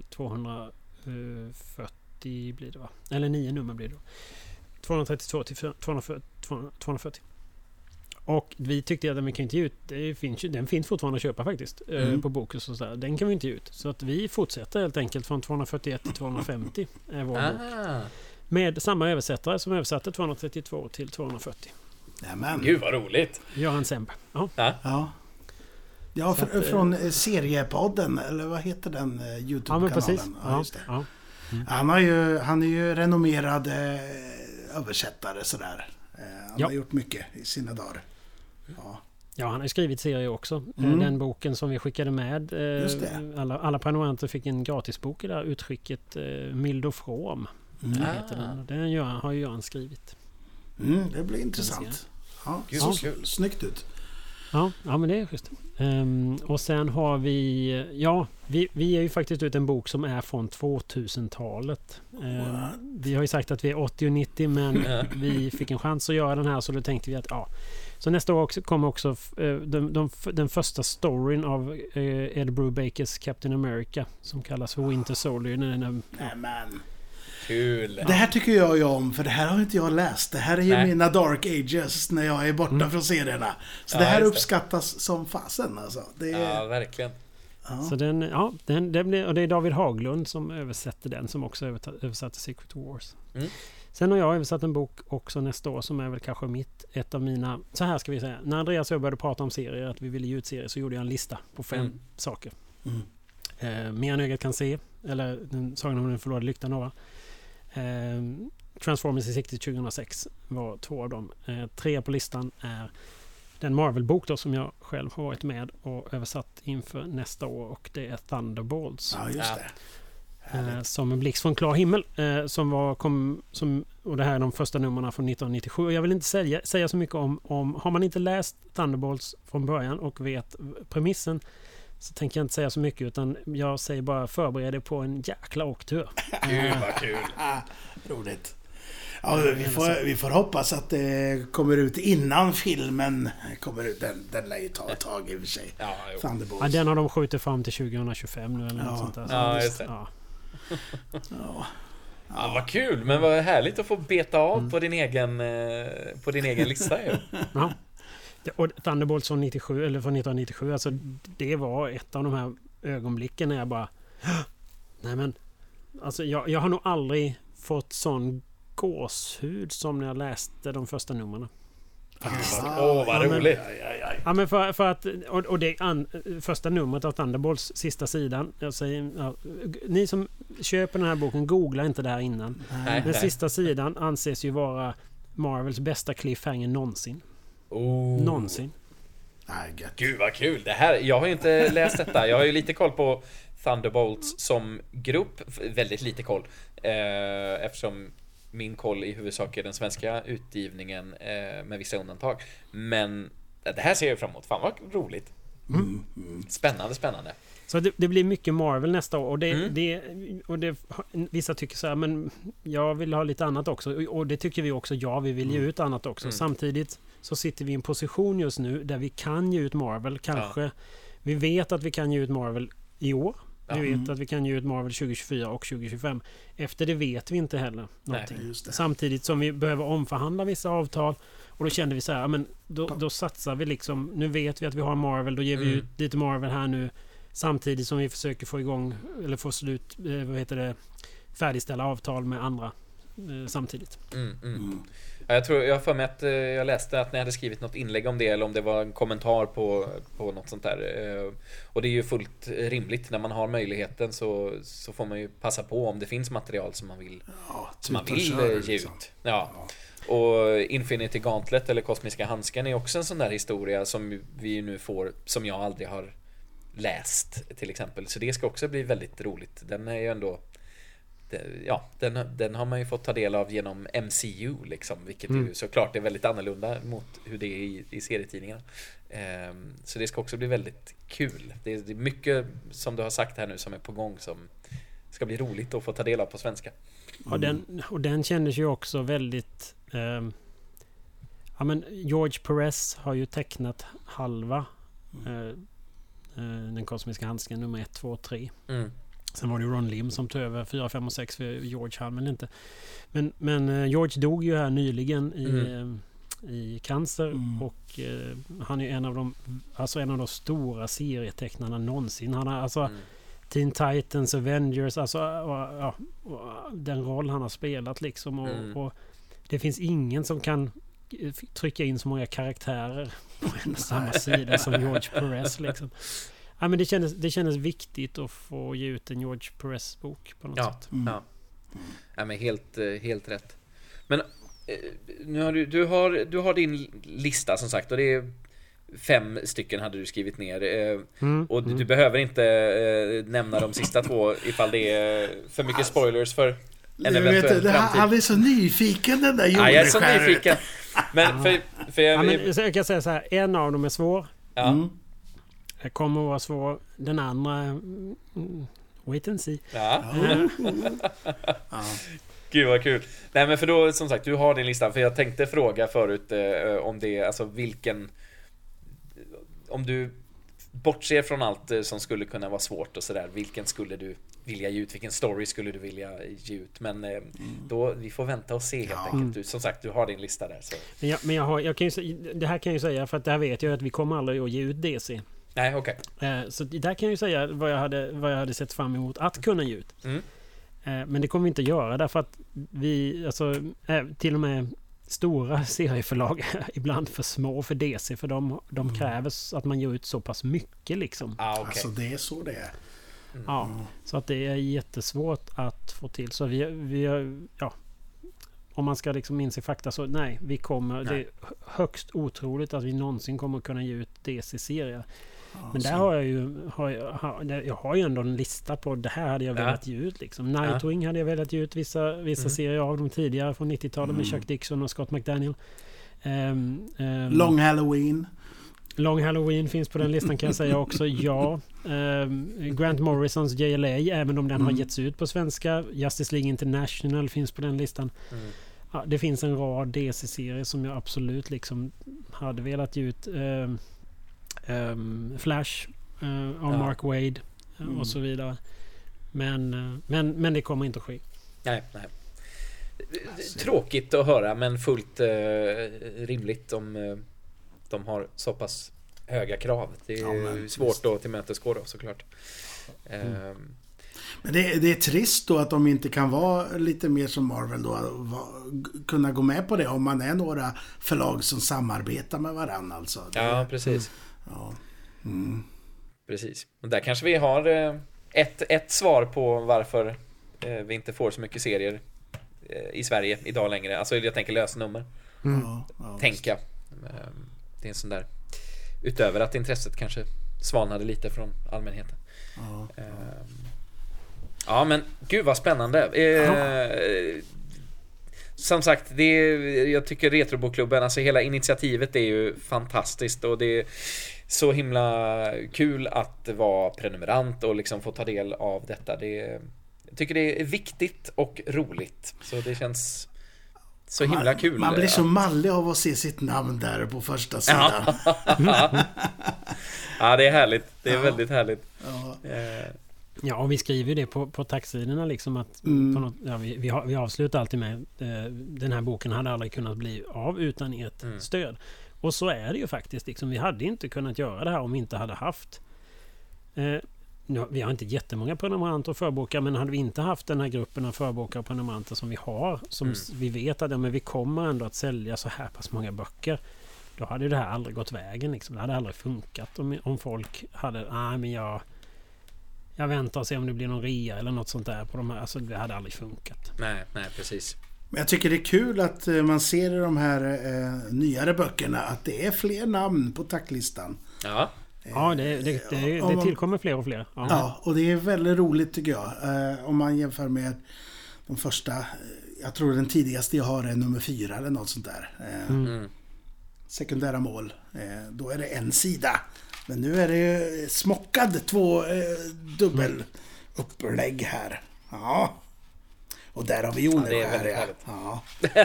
tvåhundrafyrtio blir det, va? Eller nio nummer blir det då. tvåhundratrettiotvå till tvåhundrafyrtio. Och vi tyckte att den vi kan inte ge ut, det finns, den finns fortfarande att köpa faktiskt, mm. på boken, så där. Den kan vi inte ge ut. Så att vi fortsätter helt enkelt från tvåhundrafyrtioett till tvåhundrafemtio är vår ah. bok. Med samma översättare som översatte tvåhundratrettiotvå till tvåhundrafyrtio. Nämen. Gud vad roligt. Göran Sember. Ja. Ja. Ja, för, att, från eh, seriepodden, eller vad heter den eh, YouTube-kanalen? Ja, precis. Ja, just det. Ja. Mm. Han, har ju, han är ju renommerad eh, översättare sådär. Eh, han ja. har gjort mycket i sina dagar. Ja. Ja, han har skrivit serier också. Mm. Den boken som vi skickade med. Eh, alla, alla prenumeranter fick en gratisbok i det här utskicket. Eh, Mild och from. Mm. Heter den. Den gör, har ju Göran skrivit. Mm, det blir intressant. Ja, Gud, så ja. Snyggt ut. Ja, ja, men det är schysst. Um, och sen har vi, ja, vi, vi är ju faktiskt ut en bok som är från tvåtusentalet. Um, vi har ju sagt att vi är åttio och nittio, men vi fick en chans att göra den här, så då tänkte vi att ja. Så nästa år också, kommer också uh, de, de, den första storyn av uh, Ed Brubakers Captain America, som kallas för Winter Soldier. Den, den, ja. Nämen. Kul. Det här tycker jag ju om, för det här har inte jag läst. Det här är ju Nej. mina Dark Ages när jag är borta mm. från serierna. Så ja, det här uppskattas det. som fasen alltså. Det är... Ja, verkligen. Ja. Så den, ja, den, den blir, och det är David Haglund som översätter den, som också översatte Secret Wars. Mm. Sen har jag översatt en bok också nästa år som är väl kanske mitt, ett av mina, så här ska vi säga. När Andreas och jag började prata om serier, att vi ville ge ut serier, så gjorde jag en lista på fem mm. saker. Mm. Eh, Mer än ögat kan se. Eller Sagan om den förlorade lyktan några. Eh, Transformers i sikte tjugohundrasex var två av dem. Eh, tre på listan är den Marvel-bok då som jag själv har varit med och översatt inför nästa år, och det är Thunderbolts. Ja, just det. Eh, som en blixt från klar himmel. Eh, som var, kom, som, och det här är de första nummerna från nittonhundranittiosju. Och jag vill inte säga, säga så mycket om, om... Har man inte läst Thunderbolts från början och vet premissen, så tänker jag inte säga så mycket, utan jag säger bara förbered er på en jäkla åktur. Gud vad kul. Roligt. Ja, vi, får, vi får hoppas att det kommer ut innan filmen kommer ut. Den, den lär ju ta ett tag i och för sig. Ja, ja, den har de skjutit fram till tjugohundratjugofem nu eller ja. något sånt där. Så ja, just det. Ja. Ja. Ja, vad kul, men vad härligt att få beta av mm. på din egen på din egen lista ju. Ja. Och Thunderbolts från nittiosju eller från nittonhundranittiosju, alltså det var ett av de här ögonblicken när jag bara nej men alltså jag, jag har nog aldrig fått sån gåshud som när jag läste de första numren. Åh, oh, vad ja, roligt. Men, ja, men för, för att och, och det an, första numret av Thunderbolts, sista sidan, jag säger, ja, ni som köper den här boken, googla inte det här innan. Nej, den nej. sista sidan anses ju vara Marvels bästa cliffhanger någonsin. Oh. Någonsin. Nej, gud vad kul. Det här, jag har ju inte läst detta. Jag har ju lite koll på Thunderbolts som grupp. Väldigt lite koll. Eh, eftersom min koll i huvudsak är den svenska utgivningen eh, med vissa undantag. Men det här ser jag fram emot. Fan vad roligt. Mm. Mm. Spännande, spännande. Så det, det blir mycket Marvel nästa år. Och, det, Mm. det, och det, vissa tycker så här, men jag vill ha lite annat också. Och, och det tycker vi också. Ja, vi vill ge ut annat också. Mm. Samtidigt så sitter vi i en position just nu där vi kan ge ut Marvel. Kanske. Ja. Vi vet att vi kan ge ut Marvel i år. Vi vet Mm. att vi kan ge ut Marvel tjugohundratjugofyra och tjugohundratjugofem. Efter det vet vi inte heller någonting. Nej, just det. Samtidigt som vi behöver omförhandla vissa avtal. Och då kände vi så här, men då, då satsar vi liksom, nu vet vi att vi har Marvel, då ger vi Mm. ut lite Marvel här nu. Samtidigt som vi försöker få igång, eller få slut, eh, vad heter det, färdigställa avtal med andra eh, samtidigt. Mm, mm. Mm. Ja, jag tror, jag har för mig att eh, jag läste att ni hade skrivit något inlägg om det, eller om det var en kommentar på, på något sånt där. Eh, och det är ju fullt rimligt, när man har möjligheten så, så får man ju passa på om det finns material som man vill, Ja, som man vill kör, eh, ge liksom. ut. Ja. Och Infinity Gauntlet eller Kosmiska handsken är också en sån där historia som vi nu får, som jag aldrig har läst till exempel. Så det ska också bli väldigt roligt. Den är ju ändå, ja, den, den har man ju fått ta del av genom M C U liksom, vilket mm. ju såklart är väldigt annorlunda mot hur det är i, i serietidningarna. Um, så det ska också bli väldigt kul. Det är, det är mycket som du har sagt här nu som är på gång som ska bli roligt att få ta del av på svenska. Mm. Och, den, och den kändes ju också väldigt um, ja men George Perez har ju tecknat halva mm. uh, uh, den kosmiska handsken nummer ett, två, tre. Mm. Sen var det Ron Lim som tog över fyra, fem och sex för George hann väl inte. Men, men uh, George dog ju här nyligen i, mm. uh, i cancer mm. och uh, han är en av de alltså en av de stora serietecknarna någonsin. Han har alltså mm. Teen Titans, Avengers, alltså ja, den roll han har spelat liksom och, mm. och det finns ingen som kan trycka in så många karaktärer på en och samma sida som George Perez liksom. Ja, men det kändes, det kändes viktigt att få ge ut en George Perez-bok på något ja, sätt. Mm. Ja. Ja, men helt, helt rätt. Men nu har du, du, har, du har din lista som sagt, och det är fem stycken hade du skrivit ner. Mm, och du, mm. du behöver inte eh, nämna de sista två ifall det är för mycket spoilers för en eventuell vet, det, framtid. Han är så nyfiken den där ja, jag är så nyfiken. Men, för, för jag, ja, men jag kan säga så här, en av dem är svår. Ja. Mm. Det kommer att vara svår. Den andra mm, wait and see. Ja. ja. Gud vad kul. Nej, men för då, som sagt, du har din lista. För jag tänkte fråga förut eh, om det, alltså vilken, om du bortser från allt eh, som skulle kunna vara svårt och sådär, vilken skulle du vilja ge ut, vilken story skulle du vilja ge ut, men eh, mm. då, vi får vänta och se helt ja. enkelt. Du, som sagt, du har din lista där. Så. Men, jag, men jag har, jag kan ju, det här kan jag ju säga, för att det här vet jag att vi kommer aldrig att ge ut D C. Nej, okej. Okay. Eh, så där kan jag ju säga vad jag hade, vad jag hade sett fram emot att kunna ge ut. Mm. Eh, men det kommer vi inte göra, därför att vi, alltså, eh, till och med stora serieförlag är ibland för små för D C, för de, de kräver att man ger ut så pass mycket liksom. Ah, okay. Alltså det är så det är. Mm. Ja, så att det är jättesvårt att få till. Så vi, vi ja, om man ska liksom inse fakta så nej, vi kommer, nej. Det är högst otroligt att vi någonsin kommer kunna ge ut D C-serier. Ja, men där så. har jag ju har jag, har, jag har ju ändå en lista på det här hade jag ja. velat ge ut liksom. Nightwing ja. hade jag velat ge ut vissa, vissa mm. serier av de tidigare från nittiotalet mm. med Chuck Dixon och Scott McDaniel. Um, um, Long Halloween. Long Halloween finns på den listan kan jag säga också, ja. Um, Grant Morrisons J L A, även om den mm. har getts ut på svenska. Justice League International finns på den listan. Mm. Ja, det finns en rad D C-serier som jag absolut liksom hade velat ge ut. Um, um, Flash uh, av ja. Mark Waid uh, mm. och så vidare. Men, uh, men, men det kommer inte att ske. Nej, nej. Tråkigt att höra, men fullt uh, rimligt om uh, de har så pass höga krav. Det är ja, men, svårt just. Att tillmötesgå då, såklart. Mm. Um, men det, det är trist då att de inte kan vara lite mer som Marvel då, va, kunna gå med på det om man är några förlag som samarbetar med varandra alltså. Det, ja, precis. Mm. Ja. Mm. Precis. Och där kanske vi har uh, ett, ett svar på varför uh, vi inte får så mycket serier uh, i Sverige idag längre. Alltså jag tänker lösenummer. Mm. Ja, ja, tänka. Um, Det är en sån där, utöver att intresset kanske svalnade lite från allmänheten. Ja, ja. Uh, ja men gud vad spännande. Uh, som sagt, det är, jag tycker Retrobokklubben, alltså hela initiativet är ju fantastiskt och det är så himla kul att vara prenumerant och liksom få ta del av detta. Det är, jag tycker det är viktigt och roligt. Så det känns så himla man, kul. Man blir så mallig av att se sitt namn där på första sidan. Ja, ja det är härligt. Det är ja. väldigt härligt. Ja. Ja, och vi skriver det på, på taxsidorna liksom att mm. på något, ja, vi, vi, har, vi avslutar alltid med eh, den här boken hade aldrig kunnat bli av utan ert mm. stöd. Och så är det ju faktiskt. Liksom, vi hade inte kunnat göra det här om vi inte hade haft eh, nu, vi har inte jättemånga prenumeranter och förbokare, men hade vi inte haft den här gruppen av förbokare och prenumeranter som vi har, som mm. vi vet att ja, men vi kommer ändå att sälja så här pass många böcker, då hade ju det här aldrig gått vägen. Liksom. Det hade aldrig funkat om, om folk hade, nej ah, men jag jag väntar och ser om det blir någon rea eller något sånt där på de här, alltså det hade aldrig funkat. Nej, nej precis. Men jag tycker det är kul att man ser i de här eh, nyare böckerna att det är fler namn på tacklistan. Ja. Ja, det, det, det, det tillkommer fler och fler. Ja. ja, och det är väldigt roligt tycker jag. Eh, om man jämför med de första, jag tror den tidigaste jag har är nummer fyra eller något sånt där. Eh, mm. Sekundära mål. Eh, då är det en sida. Men nu är det smockad två eh, dubbel upplägg här. Ja. Och där har vi Jonas ja, här. Ja.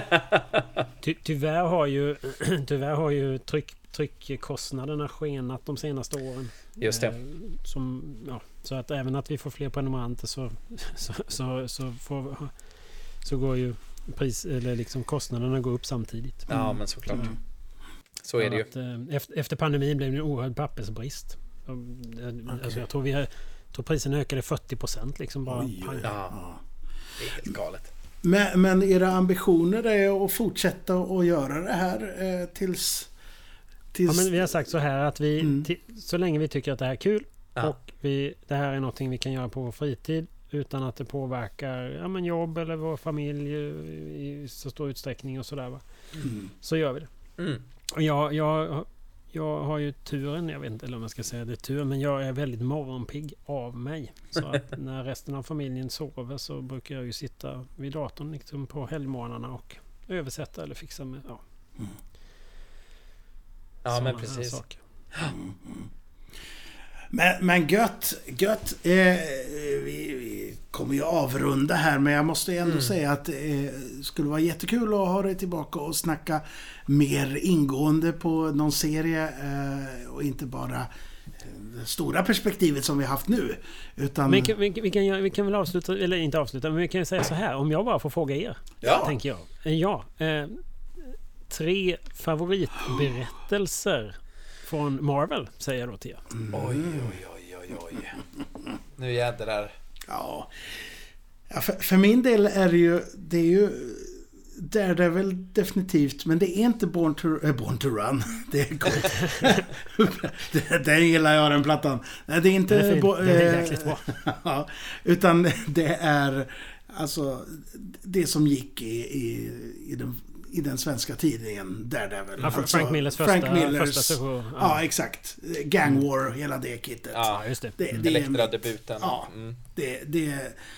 Ty, tyvärr har ju tyvärr har ju tryck tryckkostnaderna skenat de senaste åren. Just det. Eh, som, ja, så att även att vi får fler prenumeranter så, så, så, så, får, så går ju pris, eller liksom kostnaderna går upp samtidigt. Ja, mm. men såklart. Mm. Så är det ju. Att, eh, efter, efter pandemin blev det en oerhörd pappersbrist. Och, okay. alltså, jag tror vi har, tror priserna ökade fyrtio procent liksom bara. Oj, oj, ja. Det är helt galet. Men, men era ambitioner är att fortsätta och göra det här eh, tills Ja, men vi har sagt så här att vi mm. t- så länge vi tycker att det här är kul ja. och vi, det här är någonting vi kan göra på vår fritid utan att det påverkar ja, men jobb eller vår familj i så stor utsträckning och sådär va. Mm. Så gör vi det. Mm. Och jag, jag, jag har ju turen, jag vet inte eller om jag ska säga det är tur, men jag är väldigt morgonpigg av mig. Så att när resten av familjen sover så brukar jag ju sitta vid datorn liksom på helgmorgnarna och översätta eller fixa med ja. Mm. Ja, men precis. Mm. Men, men gött, gött eh, vi, vi kommer ju avrunda här, men jag måste ändå mm. säga att det eh, skulle vara jättekul att ha dig tillbaka och snacka mer ingående på någon serie eh, och inte bara det stora perspektivet som vi haft nu. Utan... Men vi, vi, kan, vi kan väl avsluta, eller inte avsluta, men vi kan säga så här, om jag bara får fråga er, ja. tänker jag. Ja, eh, tre favoritberättelser från Marvel, säger jag då till er. Mm. Oj, oj, oj, oj, oj. Nu jädrar. Ja. ja för, för min del är det ju, det är ju Daredevil definitivt, men det är inte Born to, äh, Born to Run. Det är coolt. det, det gillar jag, den plattan. Nej, det är inte... Det är, bo, det är jäkligt bra. ja, utan det är alltså det som gick i, i, i, den, i den svenska tidningen Daredevil. Ja, alltså, Frank Millers första, Frank Millers, första session. Ja. ja, exakt. Gang War, mm. hela det kittet. Ja, just det. det, det Elektra-debuten. Ja, mm. det, det,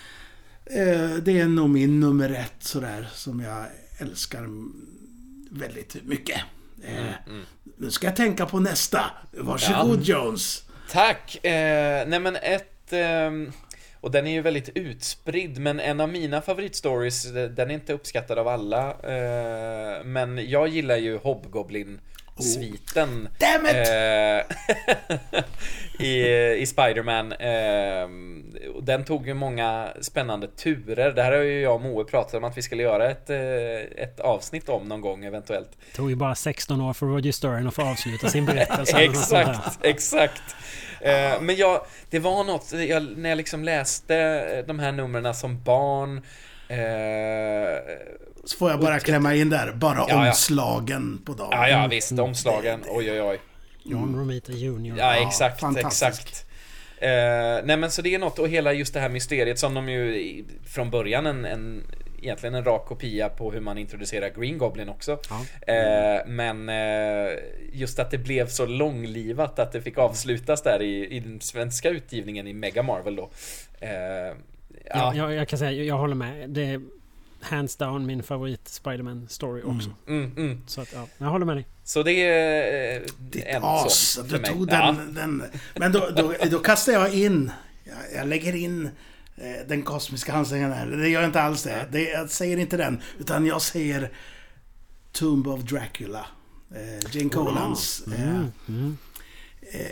det är nog min nummer ett sådär som jag älskar väldigt mycket. Mm, mm. Nu ska jag tänka på nästa. Varsågod, ja. Jones. Tack. Eh, nej men ett... Eh, och den är ju väldigt utspridd, men en av mina favoritstories, den är inte uppskattad av alla. Eh, men jag gillar ju Hobgoblin-sviten. Oh. Damn it! Eh, i, i Spider-Man. Eh, den tog ju många spännande turer. Det här har ju jag och Moe pratat om att vi skulle göra ett, ett avsnitt om någon gång eventuellt. Det tog ju bara sexton år för Roger Stern att få avsluta sin berättelse. Exakt, exakt. Eh, men jag, det var något jag, när jag liksom läste de här numren som barn. Eh, så får jag bara och, klämma in där. Bara ja, omslagen på dagen. Ja, ja visst. Omslagen. Oj, oj, oj. John Romita junior Ja, exakt, ja, exakt. Eh, nej men så det är något, och hela just det här mysteriet som de ju från början en, en egentligen en rak kopia på hur man introducerar Green Goblin också. Ja. Eh, men eh, just att det blev så långlivat att det fick avslutas där i, i den svenska utgivningen i Mega Marvel då. Eh, ja. Ja, jag, jag kan säga, jag håller med. Det är hands down min favorit Spider-Man story också. Mm, mm, mm. Så att, ja, jag håller med dig. Så det är eh, Ditt en as, sån du för tog mig. den, Ja. den. Men då, då, då kastar jag in, jag, jag lägger in eh, den kosmiska handlingen här. Det gör jag inte alls det. det. Jag säger inte den, utan jag säger Tomb of Dracula. Eh, Jane Colans. Oh. Eh, mm, mm. Eh,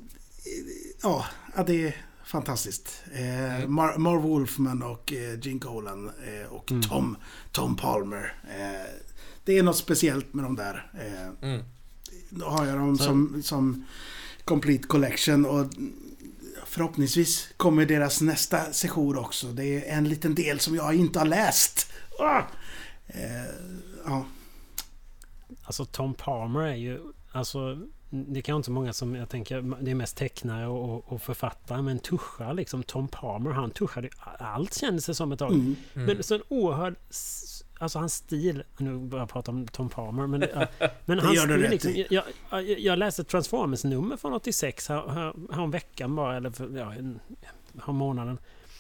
ja, det är fantastiskt. Eh, Mar- Marv Wolfman och eh, Gene Colan eh, och mm. Tom, Tom Palmer. Eh, det är något speciellt med de där. Eh, mm. Då har jag dem som, som Complete Collection, och förhoppningsvis kommer deras nästa session också. Det är en liten del som jag inte har läst. Ah! Eh, ja. Alltså Tom Palmer är ju, alltså det kan inte många som, jag tänker, det är mest tecknare och, och författare, men tuschar liksom, Tom Palmer, han tuschade allt, kändes det som ett tag. Mm. Mm. Men så en oerhörd, alltså hans stil, nu börjar jag prata om Tom Palmer, men, ja, men hans stil liksom, jag, jag, jag läste Transformers-nummer från åttiosex här, här, här om veckan bara, eller för, ja, en, här månaden.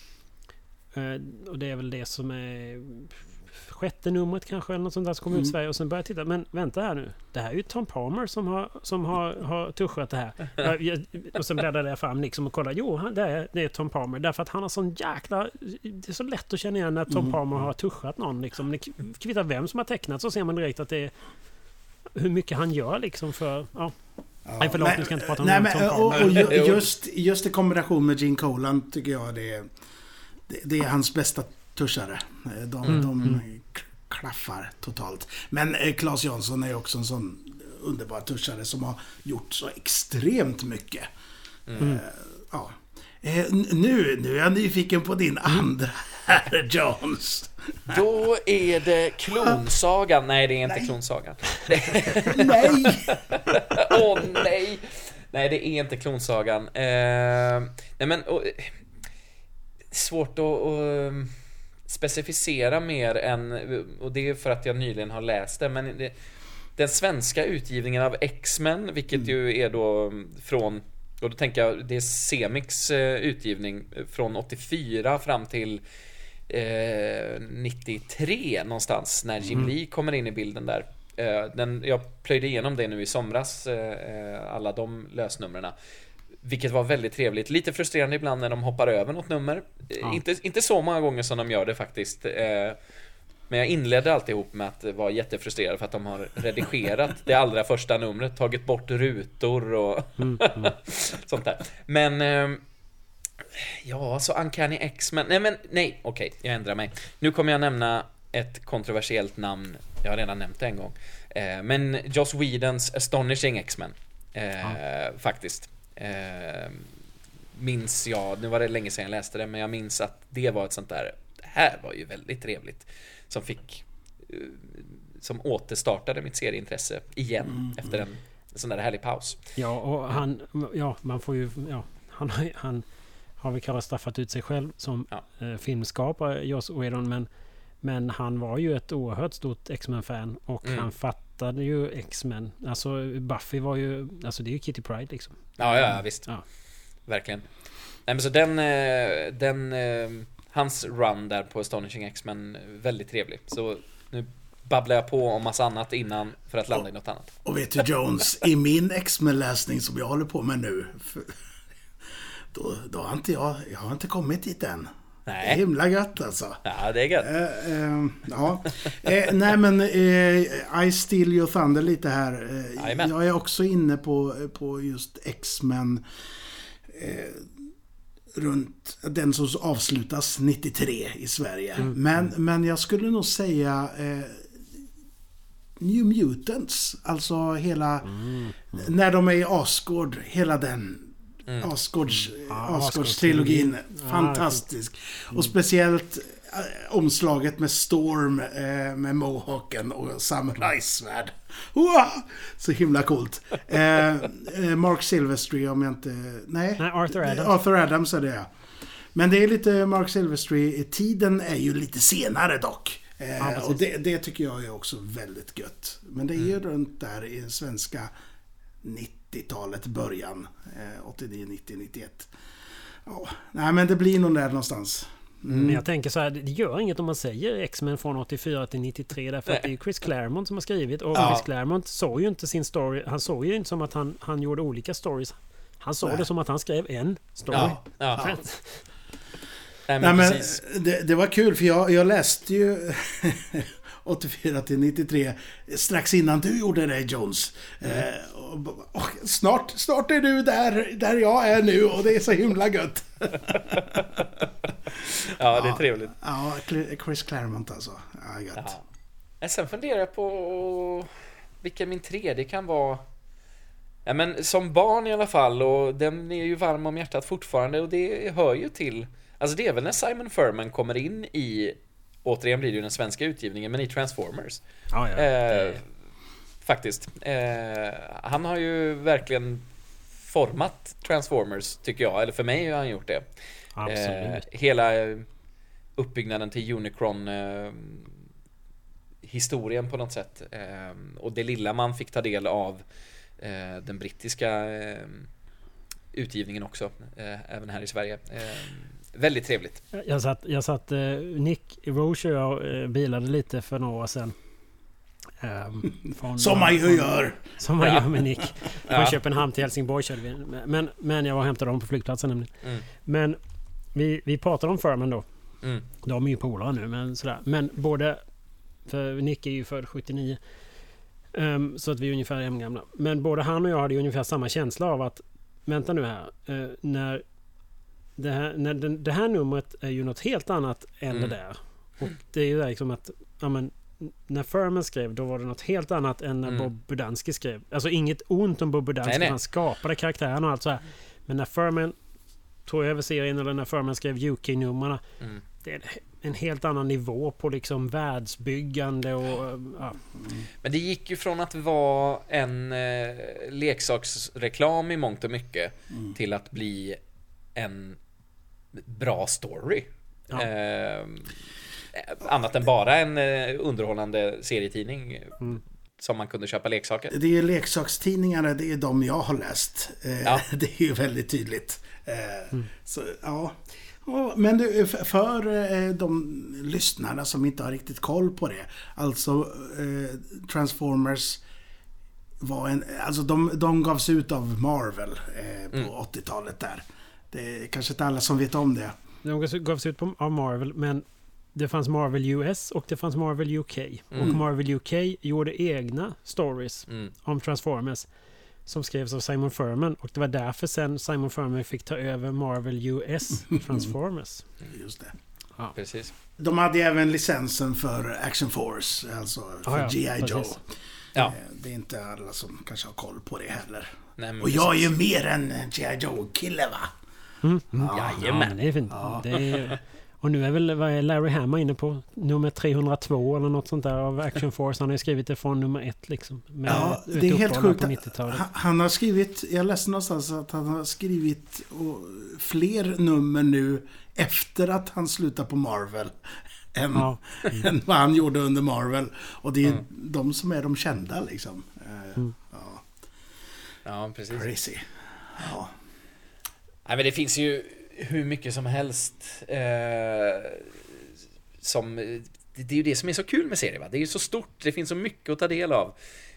Uh, och det är väl det som är sjätte numret kanske, eller något sånt där som kom mm. ut i Sverige, och sen började jag titta, men vänta här nu, det här är ju Tom Palmer som har, som har, har tuschat det här. jag, och sen bläddrade jag fram liksom och kollade, jo, det är, det är Tom Palmer, därför att han har sån jäkla, det är så lätt att känna igen när Tom mm. Palmer har tuschat någon liksom, det kvittar vem som har tecknat, så ser man direkt att det är hur mycket han gör liksom för, ja. Ja, nej, förlåt, nu ska jag inte prata om nej, men, Tom Palmer. Och, och just, just i kombination med Gene Colan tycker jag det är, det, det är hans bästa tuschare. De, mm, de mm. klaffar totalt. Men eh, Claes Jansson är också en sån underbar tuschare som har gjort så extremt mycket. Mm. Eh, ja. eh, nu, nu är jag nyfiken på din andra, herr Jones. Då är det Klonsagan. Nej, det är inte nej. Klonsagan. Nej! Åh oh, nej! Nej, det är inte Klonsagan. Eh, nej men... Och, svårt att... Och, specificera mer än, och det är för att jag nyligen har läst det, men det, den svenska utgivningen av X-Men, vilket mm. ju är då från, och då tänker jag det är Semix utgivning från åttiofyra fram till eh, nittiotre någonstans, när Jim mm. Lee kommer in i bilden där. Eh, den, jag plöjde igenom det nu i somras, eh, alla de lösnumren. Vilket var väldigt trevligt. Lite frustrerande ibland när de hoppar över något nummer. Ja. Inte, inte så många gånger som de gör det faktiskt. Eh, men jag inledde alltihop med att vara jättefrustrerad för att de har redigerat det allra första numret. Tagit bort rutor och mm, mm. sånt där. Men eh, ja, så Uncanny X-Men. Nej, men nej, okej, okay, jag ändrar mig. Nu kommer jag nämna ett kontroversiellt namn. Jag har redan nämnt det en gång. Eh, men Joss Whedons Astonishing X-Men. Eh, ja. Faktiskt. Eh, minns jag, nu var det länge sedan jag läste det, men jag minns att det var ett sånt där, det här var ju väldigt trevligt, som fick som återstartade mitt serieintresse igen mm. efter en sån där härlig paus. Ja, och han, ja, man får ju, ja, han, han har väl kanske straffat ut sig själv som ja. eh, filmskapare, Joss Whedon, men, men han var ju ett oerhört stort X-Men-fan och mm. han fattade ju X-Men. Alltså Buffy var ju, alltså det är ju Kitty Pryde liksom. Ja, ja, visst. Ja. Verkligen. Nej, men så den, den hans run där på Astonishing X-Men, väldigt trevlig. Så nu babblar jag på om massa annat innan för att landa och, i något annat. Och vet du Jones, i min X-Men-läsning som jag håller på med nu, för, då, då har inte jag, jag har inte kommit dit än. Nej. Det är himla gött alltså. Ja, det är gött. Uh, uh, ja. uh, nej men uh, I Steal Your Thunder lite här. Uh, jag är också inne på, på just X-Men uh, runt den som avslutas nittiotre i Sverige. Mm. Men, men jag skulle nog säga uh, New Mutants, alltså hela mm. Mm. när de är i Asgård, hela den Mm. Asgårds, mm. Asgårdstrilogin, fantastisk. Mm. Och speciellt äh, omslaget med Storm äh, med Mohawken och samurajsvärd. Wow! Så himla coolt. äh, Mark Silvestri om jag inte... Nej, nej Arthur Adams. Arthur Adams är det. Men det är lite Mark Silvestri. Tiden är ju lite senare dock. Äh, ja, och det, det tycker jag är också väldigt gött. Men det är ju mm. runt där i den svenska nittiotalet början, eh, åttionio, nittio, nittioett. Ja, nej men det blir nog där någonstans. Mm. Men jag tänker så här, det gör inget om man säger X-Men från åttiofyra till nittiotre därför att det är Chris Claremont som har skrivit och ja. Chris Claremont såg ju inte sin story, han såg ju inte som att han, han gjorde olika stories. Han såg nej. det som att han skrev en story. Ja, ja. Nej, men, nej, men det, det var kul för jag, jag läste ju åttiofyra till nittiotre strax innan du gjorde det, Jones. Mm. Eh, och, och snart, snart är du där, där jag är nu och det är så himla gött. Ja, det är trevligt. Ja, Chris Claremont alltså. Ja, gött. Ja. Sen funderar jag på vilken min tredje kan vara. Ja, men som barn i alla fall, och den är ju varm om hjärtat fortfarande och det hör ju till. Alltså det är väl när Simon Furman kommer in i, återigen blir det ju den svenska utgivningen, men i Transformers. Ja, ja. Eh, faktiskt. Eh, han har ju verkligen format Transformers, tycker jag. Eller för mig har han gjort det. Absolut. Eh, hela uppbyggnaden till Unicron eh, historien på något sätt. Eh, och det lilla man fick ta del av eh, den brittiska eh, utgivningen också. Eh, även här i Sverige. Eh, Väldigt trevligt. Jag satt, jag satt eh, Nick Roche och jag eh, bilade lite för några år sedan. Um, från, som man ju gör. Som man ja. gör med Nick. Från ja. Köpenhamn till Helsingborg körde vi. Men, men jag var och hämtade dem på flygplatsen nämligen. Mm. Men vi, vi pratade om Furman då. Mm. De är ju polare nu, men sådär. Men både, för Nick är ju född sjuttionio. Um, så att vi är ungefär jämngamla. Men både han och jag hade ju ungefär samma känsla av att, vänta nu här, uh, när Det här, när det, det här numret är ju något helt annat än mm. det där. Och det är ju liksom att ja, men, när Furman skrev, då var det något helt annat än när mm. Bob Budansky skrev. Alltså inget ont om Bob Budansky, nej, nej. Han skapade karaktären och allt så här. Men när Furman tog över serien, eller när Furman skrev U K-nummerna, mm. det är en helt annan nivå på liksom världsbyggande och ja. Men det gick ju från att vara en eh, leksaksreklam i mångt och mycket mm. till att bli en bra story. Ja. Eh, annat än bara en eh, underhållande serietidning mm. som man kunde köpa leksaker. Det är ju leksakstidningarna, det är de jag har läst. Eh, ja. Det är ju väldigt tydligt. Eh, mm. Så, ja. Ja, men du, för eh, de lyssnarna som inte har riktigt koll på det. Alltså eh, Transformers var en, alltså de, de gavs ut av Marvel eh, på mm. åttiotalet där. Det är kanske inte alla som vet om det. De gavs ut på, av Marvel, men det fanns Marvel U S och det fanns Marvel U K. Mm. Och Marvel U K gjorde egna stories mm. om Transformers som skrevs av Simon Furman. Och det var därför sen Simon Furman fick ta över Marvel U S Transformers. Just det. Ja. Precis. De hade även licensen för Action Force, alltså för ah, ja. G I. Joe. Ja. Det är inte alla som kanske har koll på det heller. Nej, och jag precis. är ju mer en G I. Joe-kille, va? Mm. Mm. Ja, ja, men det är fint. Ja. Det är, Och nu är väl vad är Larry Hama inne på nummer trehundratvå eller något sånt där av Action Force. Han har ju skrivit det från nummer ett liksom. Med ja, ett, det är ett helt sjukt. Han, han har skrivit, jag läste någonstans att han har skrivit och, fler nummer nu efter att han slutade på Marvel än, ja. mm. än vad han gjorde under Marvel. Och det är mm. de som är de kända liksom. Mm. Ja. ja, precis. Crazy. Ja. Nej, men det finns ju hur mycket som helst eh, som det är ju det som är så kul med serien, va? Det är ju så stort, det finns så mycket att ta del av.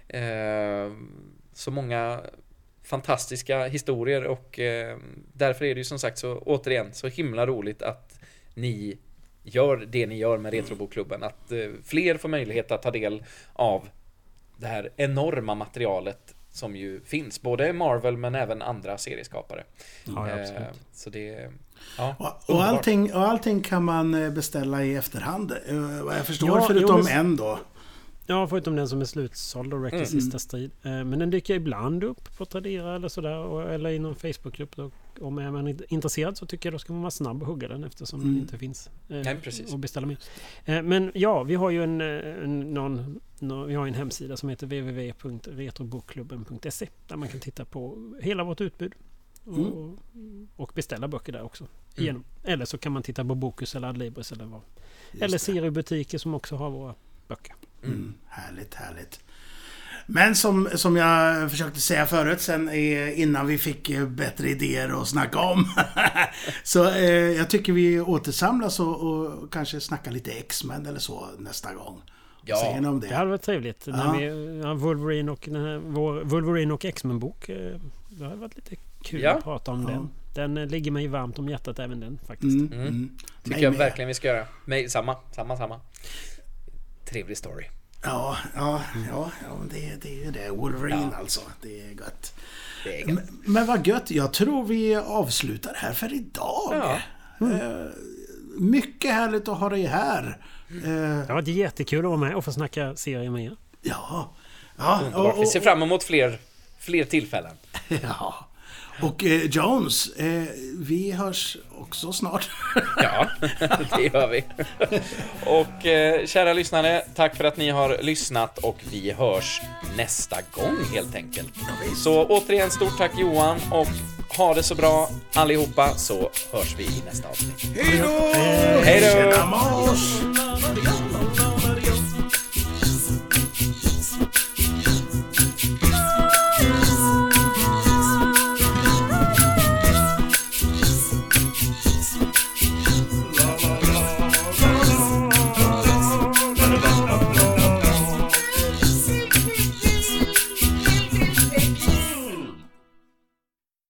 Eh, så många fantastiska historier och eh, därför är det ju som sagt så återigen så himla roligt att ni gör det ni gör med Retrobokklubben, att eh, fler får möjlighet att ta del av det här enorma materialet som ju finns, både Marvel men även andra serieskapare. Ja, absolut. Eh, så det ja, och, och, allting, och allting kan man beställa i efterhand, vad jag förstår, ja, förutom jo, men... en då. Ja, förutom den som är slutsåld och Rex sista strid. Men den dyker ibland upp på Tradera eller sådär, eller i någon Facebookgrupp. Då. Om man är intresserad så tycker jag då ska man vara snabb och hugga den eftersom mm. den inte finns eh, Nej, precis. och beställa mer. Eh, men ja, vi har ju en, en, någon, någon, vi har en hemsida som heter w w w punkt retrobokklubben punkt se där man kan titta på hela vårt utbud och, mm. och beställa böcker där också. Mm. Eller så kan man titta på Bokus eller Adlibris eller vad. Just eller seriebutiker som också har våra böcker. Mm. Härligt, härligt. Men som, som jag försökte säga förut sen innan vi fick bättre idéer att snacka om så eh, jag tycker vi återsamlas och, och kanske snacka lite X-Men eller så nästa gång. Ja, om det. det hade varit trevligt. Ja. När vi, ja, Wolverine och den här, vår Wolverine och X-Men-bok, eh, det hade varit lite kul ja. att prata om ja. den. Den ligger mig varmt om hjärtat även den faktiskt. Mm. Mm. Tycker Nej, jag verkligen vi ska göra. Men, samma, samma, samma. Trevlig story. Ja, ja, ja, ja det, det är ju det. Wolverine ja. alltså. Det är gött. Det är gött. Men, men vad gött. Jag tror vi avslutar här för idag. Ja. Mm. Uh, mycket härligt att ha dig här. Uh, ja, det är jättekul att vara med och få snacka serier med er. Ja. ja och, och, vi ser fram emot fler, fler tillfällen. Ja. Och eh, Jones, eh, vi hörs också snart. Ja, det gör vi. Och eh, kära lyssnare, tack för att ni har lyssnat och vi hörs nästa gång helt enkelt. Så återigen stort tack Johan och ha det så bra allihopa så hörs vi i nästa avsnitt. Hej då! Hej då!